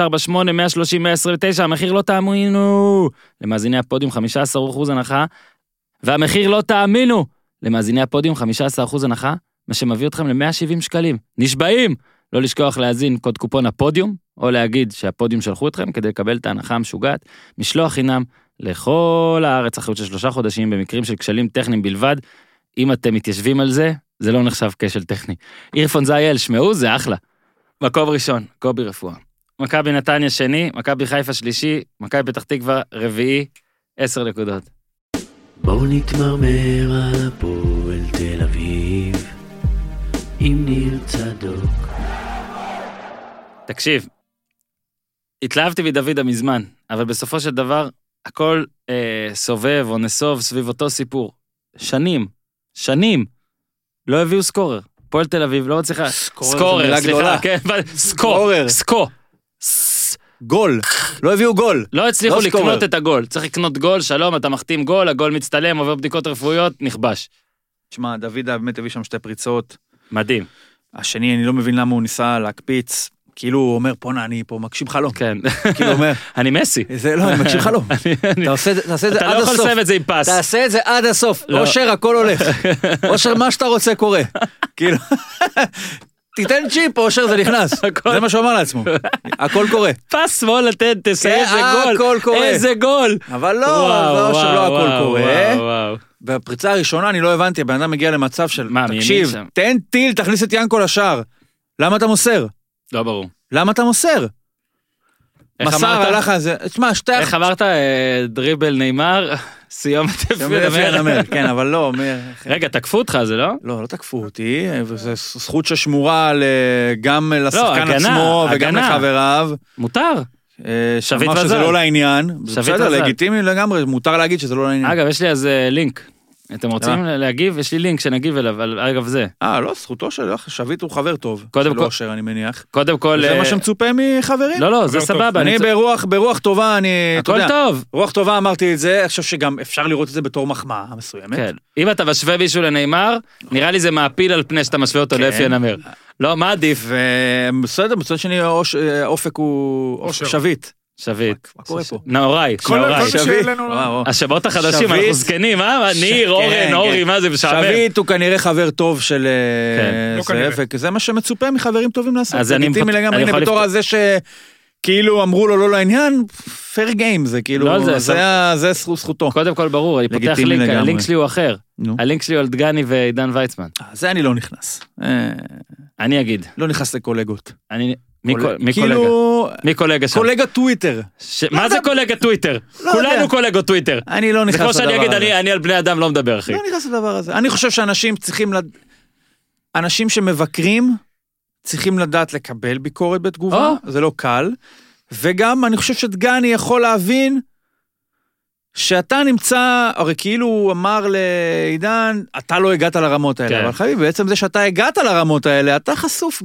המחיר לא תאמינו, למאזיני הפודיום 15% הנחה, והמחיר לא תאמינו, למאזיני הפודיום 15% הנחה, מה שמביא אתכם ל-170 שקלים. נשבעים! לא לשכוח להזין קוד קופון הפודיום, או להגיד שהפודיום שלחו אתכם, כדי לקבל את ההנחה המשוגעת, משלוח חינם לכל הארץ, אחריות של 3 חודשים, במקרים של כשלים טכניים בלבד. אם אתם מתיישבים על זה, זה לא נחשב כשל טכני. אירפונס IL, שמעו, זה אחלה. מקום ראשון, קובי רפואה. מכבי נתניה שני, מכבי חיפה שלישי, מכבי פתח תקווה רביעי, 10 נקודות. בואו נתמרמר על הפועל תל אביב עם ניר צדוק. תקשיב, התלהבתי מדוד המזמן, אבל בסופו של דבר הכל סובב או נסוב סביב אותו סיפור. שנים לא הביאו סקורר. פועל תל אביב לא מצליחה. סקורר, סליחה, כן, סקו. גול, לא הביאו גול. לא הצליחו לקנות את הגול. צריך לקנות גול, שלום, אתה מחתים גול, הגול מצטלם, עובר בדיקות רפואיות, נכבש. תשמע, דוד באמת הביא שם 2 פריצות. מדהים. השני, אני לא מבין למה הוא ניסה להקפיץ. כאילו הוא אומר, פונה, אני פה מגשים חלום. כן. כאילו הוא אומר, אני מסי. לא, אני מגשים חלום. אתה עושה את זה עד הסוף. אתה לא יכול לסיים את זה עם פס. תעשה את זה עד הסוף. אושר, הכל הולך. אושר, מה שאתה רוצה קורה. כאילו, תיתן צ'יפ, אושר, זה נכנס. זה מה שהוא אמר לעצמו. הכל קורה. פס שמאל, תסיים איזה גול. הכל קורה. איזה גול. אבל לא, אושר, לא הכל קורה. בפריצה הראשונה אני לא הבנתי, הבן אדם מגיע למצב של, תקשיב, תן טיל, תכניס את ינקו לשער. למה אתה מוסר? לא ברור. למה אתה מוסר? מסר הלך על זה, תשמע, איך אמרת, דריבל נאמר, סיום לפי הנמר, כן, אבל לא, רגע, תקפו אותך, זה לא? לא תקפו אותי, זו זכות ששמורה גם לשחקן עצמו וגם לחבריו. מותר. שווית וזל. שזה לא לעניין, בסדר, לגיטימי לגמרי, מותר להגיד שזה לא לעניין. אגב, יש לי אז לינק. אתם רוצים להגיב? יש לי לינק שנגיב אליו, אבל אגב זה. לא, זכותו של שביט הוא חבר טוב. קודם כל. אושר, אני מניח. קודם כל. זה מה שמצופה מחברים. לא, זה סבבה. אני ברוח טובה, הכל טוב. רוח טובה אמרתי את זה, אני חושב שגם אפשר לראות את זה בתור מחמאה מסוימת. כן. אם אתה משווה מישהו לנאמר, נראה לי זה מעפיל על פני שאתה משווה אותו לאפי הנמר. לא, מה עדיף? בסדר, בצד שני, אופק הוא שביט. שביט. מה קורה פה? נאורי. השמות החדשים, אנחנו זקנים, ניר, אורן, אורי, מה זה משעמם. שביט הוא כנראה חבר טוב של זה מה שמצופה מחברים טובים לעשות. אז אני הנה בתור הזה שכאילו אמרו לו לא לעניין, פייר גיים, זה כאילו, זה זכותו. קודם כל ברור, אני פותח לינק, הלינק שלי הוא אחר. הלינק שלי הוא על דגני ועידן ויצמן. זה אני לא נכנס. אני אגיד. לא נכנס לקולגות. מי קולגה שם? קולגה טוויטר. מה זה קולגה טוויטר? כולנו קולגות טוויטר. אני לא נכנס לדבר הזה. זה כמו שאני אגיד, אני על בני אדם לא מדבר, אחי. לא נכנס לדבר הזה. אני חושב שאנשים צריכים, אנשים שמבקרים, צריכים לדעת לקבל ביקורת בתגובה, זה לא קל, וגם אני חושב שדגני יכול להבין שאתה נמצא, הרי כאילו הוא אמר לעידן, אתה לא הגעת לרמות האלה, כן. אבל חביב, בעצם זה שאתה הגעת לרמות האלה, אתה חשוף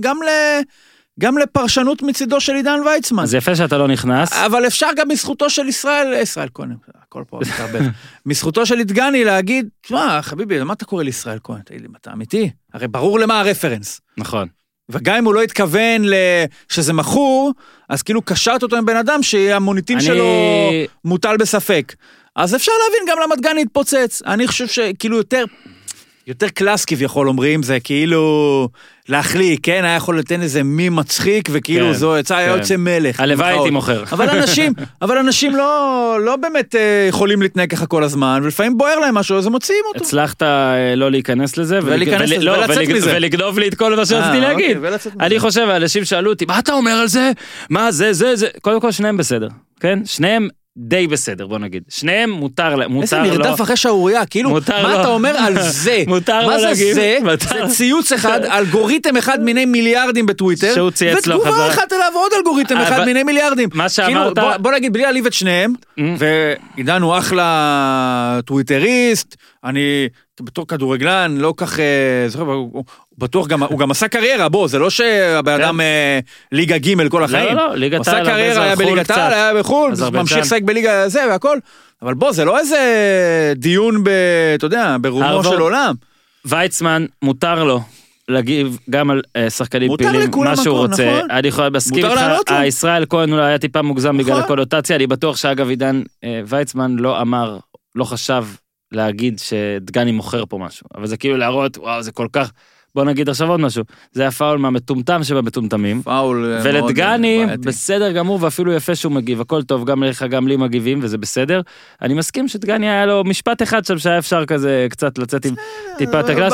גם לפרשנות מצידו של עידן ויצמן. אז יפה שאתה לא נכנס. אבל אפשר גם מזכותו של ישראל כהן, הכל פה מתערבב, מזכותו של דגני להגיד, תשמע, חביבי, למה אתה קורא לישראל כהן? תגיד לי, אתה אמיתי? הרי ברור למה הרפרנס. נכון. וגם אם הוא לא התכוון שזה מכור, אז כאילו קשרת אותו עם בן אדם שהמוניטין שלו מוטל בספק. אז אפשר להבין גם למה דגני התפוצץ. אני חושב שכאילו יותר קלאס כביכול אומרים, זה כאילו להחליק, כן? היה יכול לתן איזה מי מצחיק, וכאילו זו היה יוצא מלך. הלוואי הייתי מוכר. אבל אנשים לא באמת יכולים להתנהג ככה כל הזמן, ולפעמים בוער להם משהו, אז הם מוציאים אותו. הצלחת לא להיכנס לזה, ולצאת מזה. ולגנוב לי את כל מה שרציתי להגיד. אני חושב, האנשים שאלו אותי, מה אתה אומר על זה? מה זה? קודם כל שניהם בסדר, כן? שניהם די בסדר, בוא נגיד. שניהם מותר לו. איזה מרדף אחרי שעוריה, כאילו, מה אתה אומר על זה? מה זה זה? זה ציוץ אחד, אלגוריתם אחד מיני מיליארדים בטוויטר, ותגובה אחת אליו עוד אלגוריתם אחד מיני מיליארדים. מה שאמרת... בוא נגיד, בלי להעליב את שניהם, ועידן הוא אחלה טוויטריסט, אני בתור כדורגלן, לא כך, הוא בטוח גם, הוא גם עשה קריירה, בוא, זה לא שהבן אדם ליגה ג' כל החיים. לא, ליגת העל, עשה קריירה, היה בליגת העל, היה בחול, ממשיך לשחק בליגה הזה והכל, אבל בוא, זה לא איזה דיון, אתה יודע, ברומו של עולם. ויצמן, מותר לו להגיב גם על שחקנים פעילים, מה שהוא רוצה. אני יכול להסכים איתך, ישראל כהן אולי היה טיפה מוגזם בגלל הקונוטציה, אני בטוח שאגב עידן ויצמן לא אמר, לא חשב להגיד שדגני מוכר פה משהו, אבל זה כאילו להראות, וואו, זה כל כך, בוא נגיד עכשיו עוד משהו, זה היה פאול מהמטומטם שבמטומטמים, ולדגני בסדר גמור, ואפילו יפה שהוא מגיב, הכל טוב, גם לך, גם לי מגיבים, וזה בסדר, אני מסכים שדגני היה לו משפט אחד שם, שהיה אפשר כזה קצת לצאת עם טיפת הקלאס,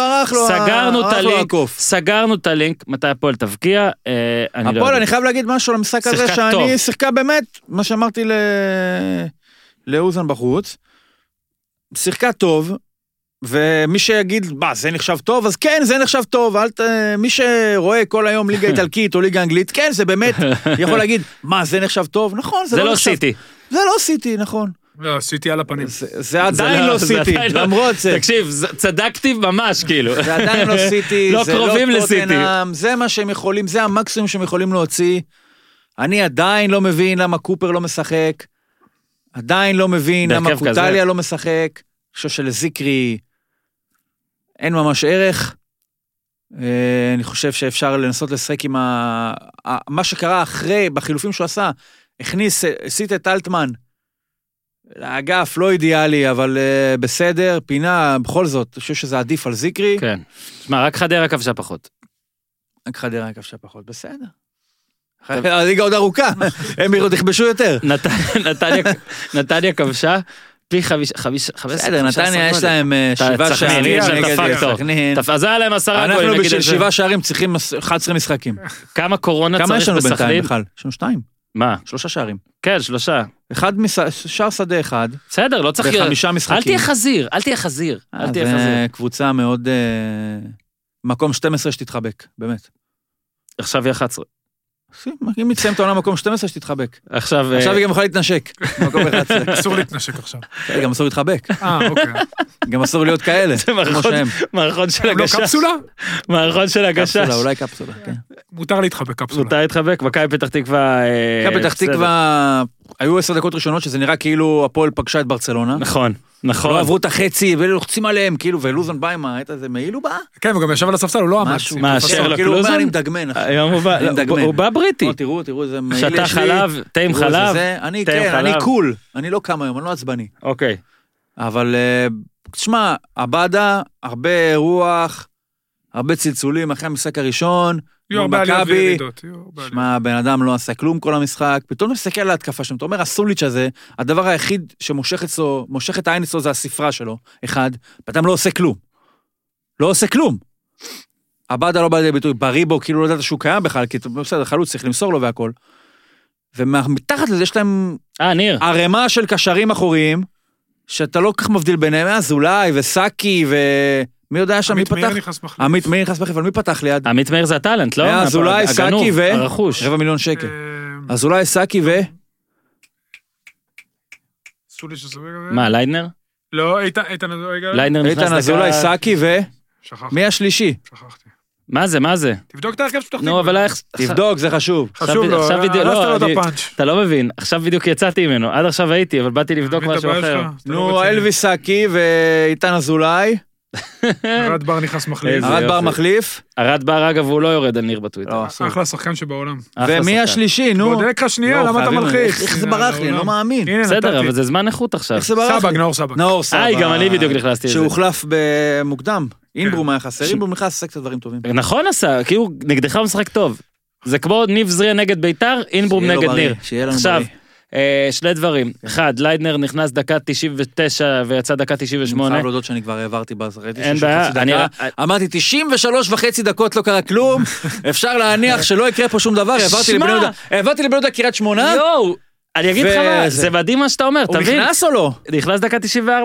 סגרנו את הלינק, מתי הפועל תבקיע, הפועל, אני חייב להגיד משהו למשחק הזה, שאני שיחקה באמת, מה שאמרתי לאוזן בחוץ, שיחקה טוב, ומי שיגיד, זה נחשב טוב, אז כן, זה נחשב טוב, מי שרואה כל היום ליגה איטלקית או ליגה אנגלית, כן, זה באמת, יכול להגיד, זה נחשב טוב, נכון, זה לא נחשב. זה לא סיטי, נכון. לא, סיטי על הפנים. זה עדיין לא סיטי, למרות זה. תקשיב, צדקתי ממש, כאילו. זה עדיין לא סיטי, לא קרובים לסיטי. זה מה שהם יכולים, זה המקסימום שהם יכולים להוציא. אני עדיין לא מבין למה קופר לא משחק, עדיין לא מבין למה קוטליה לא משחק, אני חושב שלזיקרי אין ממש ערך, אני חושב שאפשר לנסות לשחק עם מה שקרה אחרי, בחילופים שהוא עשה, הסיט את אלטמן, לאגף לא אידיאלי, אבל בסדר, פינה, בכל זאת, אני חושב שזה עדיף על זיקרי. כן, שמע, רק חדרה כבשה פחות. רק חדרה כבשה פחות, בסדר. הליגה עוד ארוכה, הם יכבשו יותר. נתניה כבשה, פי 15. בסדר, נתניה יש להם 7 שערים נגד סכנין. אז היה להם 10 גולים. אנחנו בשביל 7 שערים צריכים 11 משחקים. כמה קורונה צריך בסכנין? כמה יש לנו בינתיים בכלל? יש לנו 2. מה? 3 שערים. כן, 3. שער שדה 1. בסדר, לא צריך... ב5 משחקים. אל תהיה חזיר. זה קבוצה מאוד... מקום 12 שתתחבק, באמת. עכשיו היא 11. אם יצאים את העונה מקום 12 שתתחבק. עכשיו היא גם יכולה להתנשק. מקום 11. אסור להתנשק עכשיו. גם אסור להתחבק. אוקיי. גם אסור להיות כאלה. זה מערכון של הגשש. לא קפסולה? מערכון של הגשש. קפסולה, אולי קפסולה, כן. מותר להתחבק קפסולה. מותר להתחבק, מכבי פתח תקווה... מכבי פתח תקווה, היו 10 דקות ראשונות שזה נראה כאילו הפועל פגשה את ברצלונה. נכון. לא עברו את החצי, ולוחצים עליהם, כאילו, ולוזון בא עם איזה מעיל הוא בא? כן, הוא גם ישב על הספסל, הוא לא עמד. מה, שרלוק לוזון? כאילו, אני מדגמן. הוא בא בריטי. תראו, איזה מעיל יש לי. שתה חלב, טעים חלב. אני קול, אני לא קם היום, אני לא עצבני. אוקיי. אבל, תשמע, הבאדה, הרבה רוח, הרבה צלצולים, אחרי המשחק הראשון, מכבי, שמע, הבן אדם לא עשה כלום כל המשחק, פתאום מסתכל על ההתקפה שם, אתה אומר, הסוליץ' הזה, הדבר היחיד שמושך אצלו, מושך את העין אצלו, זה הספרה שלו, אחד, פתאום לא עושה כלום. לא עושה כלום. הבאדה לא בא לידי ביטוי, בריבו, כאילו לא יודעת שהוא קיים בכלל, כי בסדר, חלוץ צריך למסור לו והכל. ומתחת לזה יש להם ערימה של קשרים אחוריים, שאתה לא כך מבדיל ביניהם, אזולאי וסאקי מי יודע שם, מי פתח? עמית מאיר נכנס בחף, אבל מי פתח ליד? עמית מאיר זה הטלנט, לא? אזולאי, סאקי והרכוש. 250,000 שקל. אז אולי סאקי עשו לי שסובג... מה, ליידנר? לא, איתן אזולאי. ליידנר נכנס איתן אזולאי, סאקי שכחתי. מי השלישי? שכחתי. מה זה? תבדוק את ההרכב שפתח נו, אבל איך... תבדוק, זה חשוב. חשוב לו, עכשיו בדיוק, הרסת לא, לו את הפאנץ'. אתה לא מבין, עכשיו בדיוק יצאתי ממנו, עד עכשיו הייתי, אבל באתי לבדוק מבין את משהו הבעיה אחר. שלך? אתה לא נו, רציני. אלוויס סאקי ואיתן אזולאי. ארד בר נכנס מחליף. איזה ארד בר יופי. מחליף. ארד בר, אגב, הוא לא יורד על ניר בטוויטר. לא, אסור. אחלה שחקן שבעולם. אחלה ומי שחקן. השלישי, נו? בודק לך שנייה, לא, למה אתה חייבים- מלחיץ? איך זה ברח לי, אני לא מאמין. הנה, בסדר, נתתי. אבל זה זמן איכות עכשיו. איך זה ברח סבג, לי? נאור סבג. נאור סבג. גם אני בדיוק נכנסתי לזה. שהוחלף במוקדם. אינברום היה חסר, אינברום נכנס לעשות קצת דברים טובים. נכון עשה, כאילו נגדך הוא משחק טוב. זה כמו ניב זריה נגד ביתר, אינברום שיהיה לו נגד בריא, ניר. שיהיה לנו עכשיו, בריא. שני דברים. אחד, ליידנר נכנס דקה 99 ויצא דקה אני 98. חייב להודות שאני כבר העברתי בזרעתי. אין בעיה, אמרתי 93.5 דקות לא קרה כלום, אפשר להניח שלא יקרה פה שום דבר, העברתי לבני יהודה קריית שמונה, יואו, אני אגיד לך מה, וזה- זה מדהים מה שאתה אומר, הוא תבין? נכנס או לא? נכנס דקה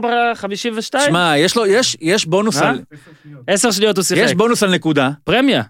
94-52? שמע, יש בונוס אה? על... 10 שניות הוא שיחק. יש בונוס על נקודה. פרמיה.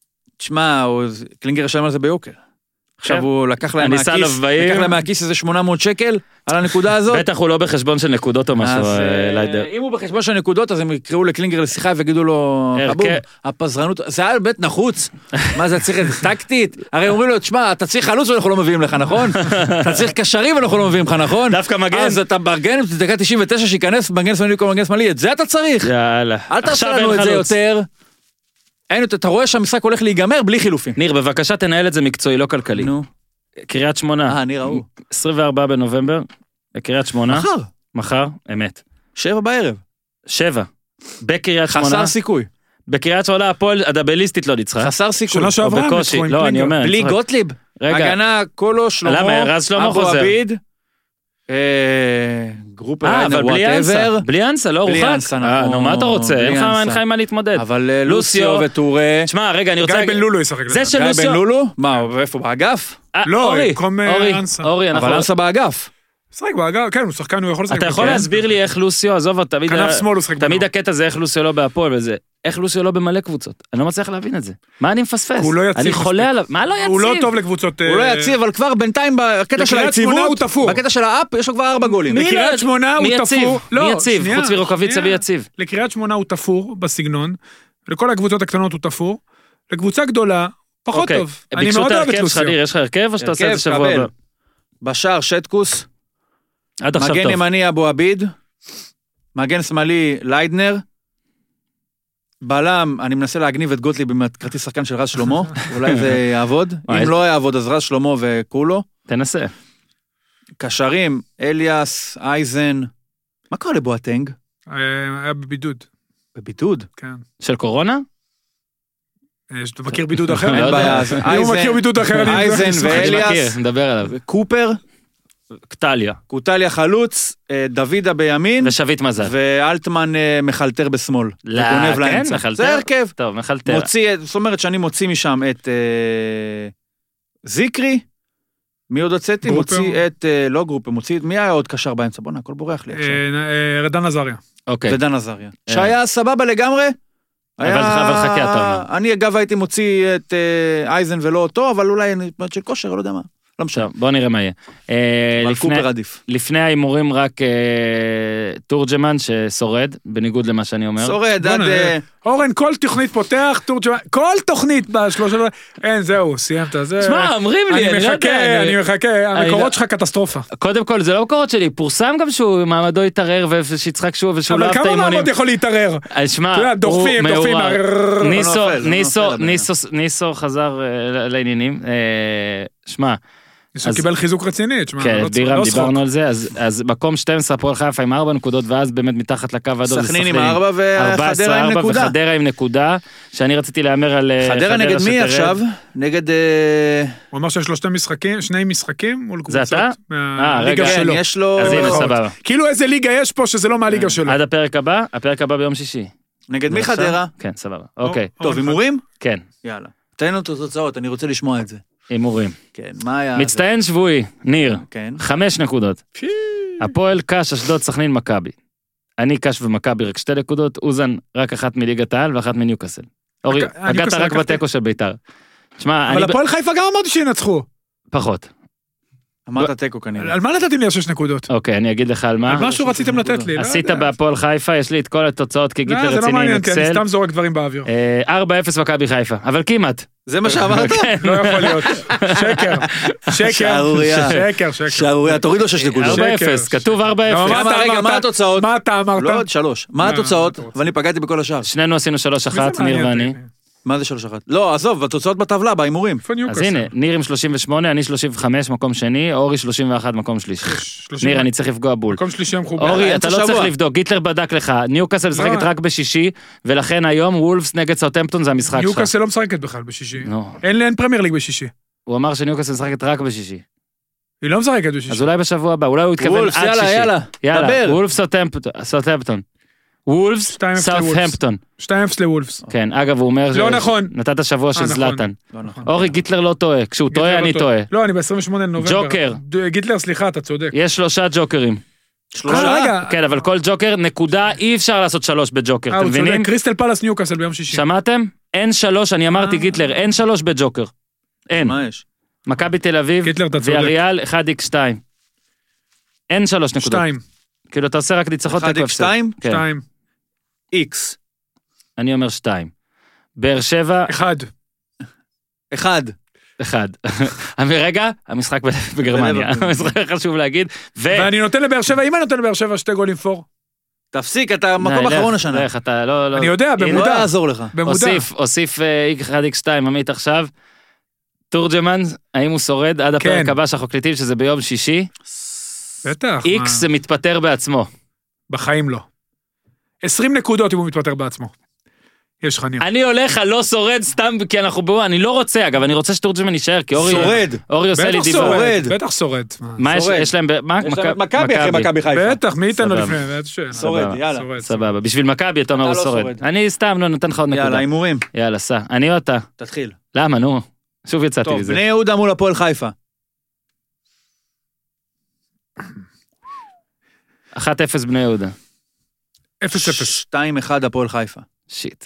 תשמע, קלינגר ישלם על זה ביוקר. עכשיו כן. הוא לקח להם אני סלוב בעיר. לקח להם מהכיס איזה 800 שקל על הנקודה הזאת. בטח הוא לא בחשבון של נקודות או משהו, אז ליידר. אם הוא בחשבון של נקודות, אז הם יקראו לקלינגר לשיחה ויגידו לו, הרכב. חבוב, הפזרנות, זה היה בית נחוץ. מה זה צריך את זה טקטית? הרי אומרים לו, תשמע, אתה צריך חלוץ ואנחנו לא מביאים לך, נכון? אתה צריך קשרים ואנחנו לא מביאים לך, נכון? דווקא מגן. אז אתה מארגן, דקה 99 שייכנס, מגן שמאלי במקום מגן שמאלי, את זה אתה צריך. יאללה. אל תעשה עכשיו לנו אין את זה חלוץ. יותר. אין יותר, אתה רואה שהמשחק הולך להיגמר בלי חילופים. ניר, בבקשה תנהל את זה מקצועי, לא כלכלי. נו. קריית שמונה. ניר ההוא. 24 בנובמבר, קריית שמונה. מחר. מחר, אמת. 7 בערב. 7. בקריית שמונה. חסר סיכוי. בקריית שמונה הפועל הדבליסטית לא ניצחה. חסר סיכוי. שנה שעברה הם בקושי. ניצחו עם לא, אני קלינגר. אומר. אני בלי צוחק. גוטליב. רגע, הגנה, קולו, שלמה, למה, רז שלמה אבו חוזר. עביד, גרופר, אבל בלי אנסה. בלי אנסה, לא בלי רוחק. אנסה, אנחנו- נו, מה אתה רוצה? בלי אין אנסה. לך עם מה להתמודד. אבל לוסיו. לוסיו וטורה. תשמע, רגע, אני גיא רוצה... בן לולו ישחק זה לך. של גיא בן לוסיו... לולו? מה, ואיפה, באגף? לא, אורי, במקום, אורי, אנסה. אורי, אנחנו... אבל אנסה באגף. משחק באגר, כן, הוא שחקן, הוא יכול לשחק. אתה יכול בכן. להסביר לי איך לוסיו, עזוב, תמיד... כנף שמאל הוא שחק תמיד בנוער. הקטע זה איך לוסיו לא בהפועל וזה. איך לוסיו לא במלא קבוצות. אני לא מצליח להבין את זה. מה אני מפספס? הוא לא יציב אני מספיק. חולה עליו. מה לא יציב? הוא לא טוב לקבוצות... הוא לא יציב, אבל כבר בינתיים בקטע של לקריית שמונה היציבות, הוא תפור. בקטע של האפ, יש לו כבר 4 גולים. מי לקריית לא- שמונה מי הוא יציב? תפור. לא, מי יציב? שנייה, חוץ מרוקאביצה שנייה. מי יציב? לקריית שמונה הוא תפור בסגנון, לכל הקבוצות הקטנות הוא תפור, לקבוצה גדולה, פחות אוקיי. טוב. אני ביקשו מאוד את אוהב את ההרכב שלך, לוסיו. ניר, יש לך הרכב או שאתה עושה את זה הרכב, שבוע קבל. הבא? בשער שטקוס, עד עכשיו מגן טוב. ימני אבו עביד, מגן שמאלי ליידנר, בלם, אני מנסה להגניב את גוטליב עם כרטיס שחקן של רז שלמה, אולי זה יעבוד, אם לא יעבוד אז רז שלמה וכולו, תנסה. קשרים, אליאס, אייזן, מה קורה לבואטנג? היה בבידוד, בבידוד. כן. של קורונה? אתה מכיר בידוד אחר? לא אין יודע. בעיה, אז אם הוא מכיר בידוד אחר, אני אייזן אשמח. אני מכיר, ואליאס, נדבר עליו. קופר, קטליה. קוטליה חלוץ, דוידה בימין, ושביט מזל. ואלטמן מחלטר בשמאל. לא, וגונב כן, לאמצע. מחלטר. זה הרכב. טוב, מחלטר. זאת אומרת שאני מוציא משם את זיקרי, מי עוד הוצאתי? גרופר. מוציא את, לא גרופר, מוציא את, מי היה עוד קשר באמצע? בוא'נה, הכל בורח לי עכשיו. רדן עזריה. אוקיי. ודן עזריה. שהיה סבבה לגמרי. אבל חכה, אתה אומר. אני אגב הייתי מוציא את אייזן ולא אותו, אבל אולי של כושר, לא יודע מה. לא משנה. טוב, בוא נראה מה יהיה. אבל לפני- קופר עדיף. לפני ההימורים רק תורג'מן ששורד, בניגוד למה שאני אומר. שורד עד... בוא'נה, אורן, כל תוכנית פותח, תורג'מן, כל תוכנית בשלושה... אין, זהו, סיימת. זה... שמע, אומרים לי, אני לא יודע. אני מחכה, לא- המקורות שלך קטסטרופה. קודם כל, זה לא מקורות שלי, פורסם גם שהוא מעמדו התערער ושיצחק שוב ושהוא לא אבל אהב את כמה האימונים. מעמוד יכול להתערער? שמע, אתה יודע, דוחפים, הוא דוחפים. מעורר. נופל, ניסו חזר לעניינים. שמע, הוא קיבל חיזוק רציני, תשמע, כן, לא בירם צחוק. דיברנו על זה, אז מקום 12 הפועל חיפה עם 4 נקודות, ואז באמת מתחת לקו האדום זה סכנין עם 4 וחדרה עם 14-4 נקודה. וחדרה עם נקודה, שאני רציתי להמר על חדרה נגד מי שתרד. עכשיו? נגד... הוא אמר שיש לו שני משחקים מול זה קבוצות. אתה? מהליגה רגע, שלו. יש לו... אז הנה, במרכאות. סבבה. כאילו איזה ליגה יש פה שזה לא מהליגה שלו. עד הפרק הבא ביום שישי. נגד מי ועכשיו? חדרה? כן, סבבה. אוקיי, טוב, הימורים? כן, יאללה. תן לנו את התוצאות, אני רוצה לשמוע את זה. הימורים. כן, מה היה... מצטיין שבועי, ניר, כן. 5 נקודות. הפועל קש, אשדוד, סכנין, מכבי. אני קש ומכבי רק 2 נקודות, אוזן רק 1 מליגת העל ו1 מניוקאסל. אורי, הגעת ניוקאסל רק לקחתי. בתיקו של ביתר. שמע, אבל אני... הפועל חיפה גם אמרתי שינצחו. פחות. אמרת תיקו כנראה. על מה נתתם לי 6 נקודות? אוקיי, אני אגיד לך על מה. על משהו רציתם לתת לי, לא עשית יודע. בהפועל חיפה, יש לי את כל התוצאות כי גיטלר לא, זה לא רציני עם מעניין אותי, אני אקסל. סתם זורק דברים באוויר. 4-0 מכבי חיפה, אבל כמעט. זה מה שאמרת? לא יכול להיות. שקר. שקר. שערוריה. שקר. שערוריה, תוריד לו 6 נקודות. 4-0, שקר. כתוב 4-0. מה מה התוצאות? מה אתה אמרת? לא, 3. מה התוצאות? אתה רוצה? ואני פגעתי בכל השאר. שנינו עשינו 3-1, ניר ואני. מה זה 3-1? לא, עזוב, התוצאות בטבלה, בהימורים. איפה אז ניוקאסל? הנה, ניר עם 38, אני 35, מקום שני, אורי 31, מקום שלישי. 30. ניר, אני צריך לפגוע בול. מקום שלישי המחובר. אורי, אתה אמצע לא צריך שבוע. לבדוק, גיטלר בדק לך, ניוקאסל משחקת רק בשישי, ולכן היום וולפס נגד סאות'המפטון זה המשחק שלך. ניוקאסל לא משחקת בכלל בשישי. נו, אין פרמייר ליג בשישי. הוא אמר שניוקאסל משחקת רק בשישי. היא לא משחקת בשישי. אז אולי בשבוע הבא, אולי הוא יתכוון עד וולפס, שישי. יאללה, יאללה. יאללה, דבר. וולפס סאות'המפטון. וולפס 2-0 סאות'המפטון. 2-0 לוולפס. כן, אגב, הוא אומר לא נכון. נתת שבוע של נכון. זלאטן. לא נכון. אורי, גיטלר לא טועה, כשהוא גיטלר טועה לא אני טועה. לא, אני ב-28 לנובמבר. ג'וקר. גיטלר, סליחה, אתה צודק. יש 3 ג'וקרים. 3? רגע. כן, אבל כל ג'וקר, נקודה, אי אפשר לעשות 3 בג'וקר, אתם הוא מבינים? צודק. קריסטל פלאס ניוקאסל ביום שישי. שמעתם? אין 3, אני אמרתי גיטלר, אין 3 בג'וקר. אין. מה יש? מכבי תל אביב, גיטלר, אתה צודק. ויאריאל 1x2. אין 3 נקודות. 2. כאילו אתה עושה רק ניצחון 1x2? תיקו הפסד. כן. 2. X. אני אומר 2. באר שבע, 1. 1. 1. רגע, המשחק בגרמניה, המשחק חשוב להגיד. ואני נותן לבאר שבע, אם אני נותן לבאר שבע 2 גולים פור. תפסיק, אתה מקום אחרון השנה. לך, אתה לא... אני יודע, הנה, במודע. לא יעזור לך. במודע. הוסיף X1X2, עמית עכשיו. תורג'מן, האם הוא שורד עד הפרק כן. הבא שאנחנו קליטים, שזה ביום שישי? בטח. X זה מתפטר בעצמו. בחיים לא. 20 נקודות אם הוא מתפטר בעצמו. יש לך ניר. אני הולך על לא שורד סתם, כי אני לא רוצה, אגב, אני רוצה שתורג'מן יישאר, כי שורד. אורי עושה לי בטח דיבור. שורד. בטח שורד. מה שורד. יש להם? מכבי אחרי מכבי חיפה. בטח, מי ייתן לו סבבה. לפני? בטח שאלה. שורד, סבבה. יאללה. שורד. סבבה, בשביל מכבי אתה אומר הוא לא שורד. שורד. אני סתם לא נותן לך עוד יאללה, נקודה. הימורים. יאללה, סע. אני או אתה? תתחיל. למה, נו? שוב יצאתי טוב, מזה. בני יהודה מול הפועל חיפה. 1-0 בני יהודה. 0-0. 2-1 הפועל חיפה. שיט.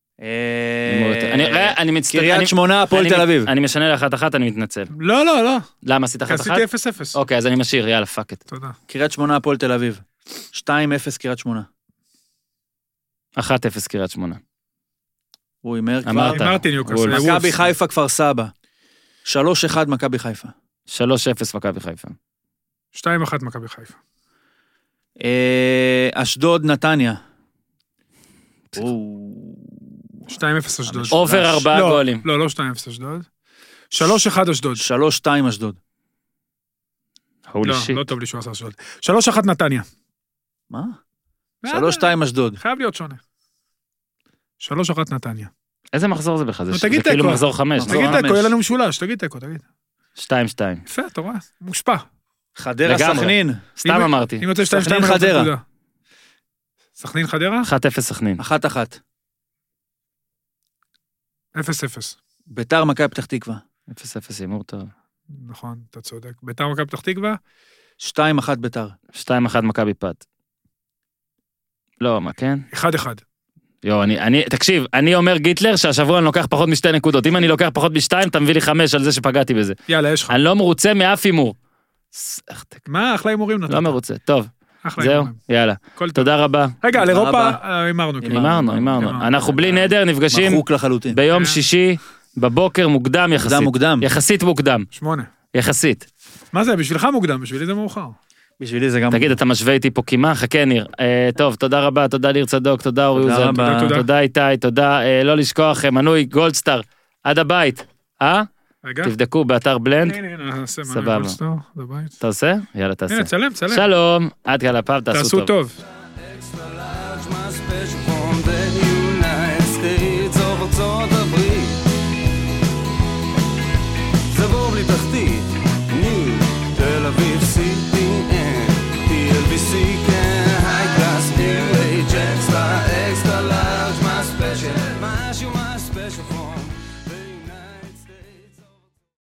אה, אני מצטער. קריית שמונה, הפועל תל אביב. אני משנה ל1-1, אני מתנצל. לא, לא, לא. למה עשית 1-1? כי עשיתי 0-0. אוקיי, אז אני משאיר, יאללה, פאק את. תודה. קריית שמונה, הפועל תל אביב. 2-0 קריית שמונה. 1-0 קריית שמונה. הוא הימר כבר. אמרת. אמרתי ניוקאסל. וולפס. וולפס. מכבי חיפה כפר סבא. 3-1 מכבי חיפה. 3-0 מכבי חיפה. 2-1 מכבי חיפה. אשדוד נתניה. 2-0 אשדוד. אובר 4 לא, גולים. לא, לא 2-0 אשדוד. 3-1 אשדוד. 3-2 אשדוד. הולי לא, שיט. לא טוב לי שהוא עשה אשדוד. 3-1 נתניה. מה? 3-2 אשדוד. חייב להיות שונה. 3-1 נתניה. איזה מחזור זה בכלל? נו, זה תגיד כאילו תיקו. מחזור 5. מחזור תגיד חמש. תיקו, יהיה לנו משולש, תגיד תיקו, תגיד. 2-2. יפה, אתה רואה? מושפע. חדרה לגמרי. סכנין. סתם אמרתי. אם יוצא 2-2, סכנין אני לא חדרה. נקודה. סכנין חדרה? 1-0 סכנין. 1-1. 0-0. ביתר מכבי פתח תקווה. 0-0 הימור טוב. נכון, אתה צודק. ביתר מכבי פתח תקווה? 2-1 ביתר. 2-1 מכבי פת. לא, מה כן? 1-1. תקשיב, אני אומר גיטלר שהשבוע אני לוקח פחות מ2 נקודות. אם אני לוקח פחות מ2, אתה מביא לי 5 על זה שפגעתי בזה. יאללה, יש לך. אני לא מרוצה מאף הימור. מה, אחלה הימורים נתת. לא מרוצה. טוב, אחלה זהו, הימורים. יאללה. כל טוב. תודה רבה. רגע, על אירופה רבה. הימרנו. כאילו. הימרנו. אנחנו בלי נדר נפגשים מחוק לחלוטין. ביום שישי בבוקר מוקדם יחסית. מוקדם. יחסית מוקדם. 8. יחסית. מה זה, בשבילך מוקדם, בשבילי זה מאוחר. בשבילי זה גם... תגיד, אתה משווה איתי פה קימה? חכה ניר. טוב, תודה רבה, תודה ליר צדוק, תודה אורי תודה אוזן. רבה. תודה. תודה איתי, תודה. לא לשכוח, מנוי גולדסטאר, עד הבית. רגע. תבדקו באתר בלנד. הנה, נעשה סבבה. מנוי גולדסטאר, בבית. אתה עושה? יאללה, תעשה. הנה, צלם. שלום, עד כאן הפעם, תעשו תעשו טוב. טוב.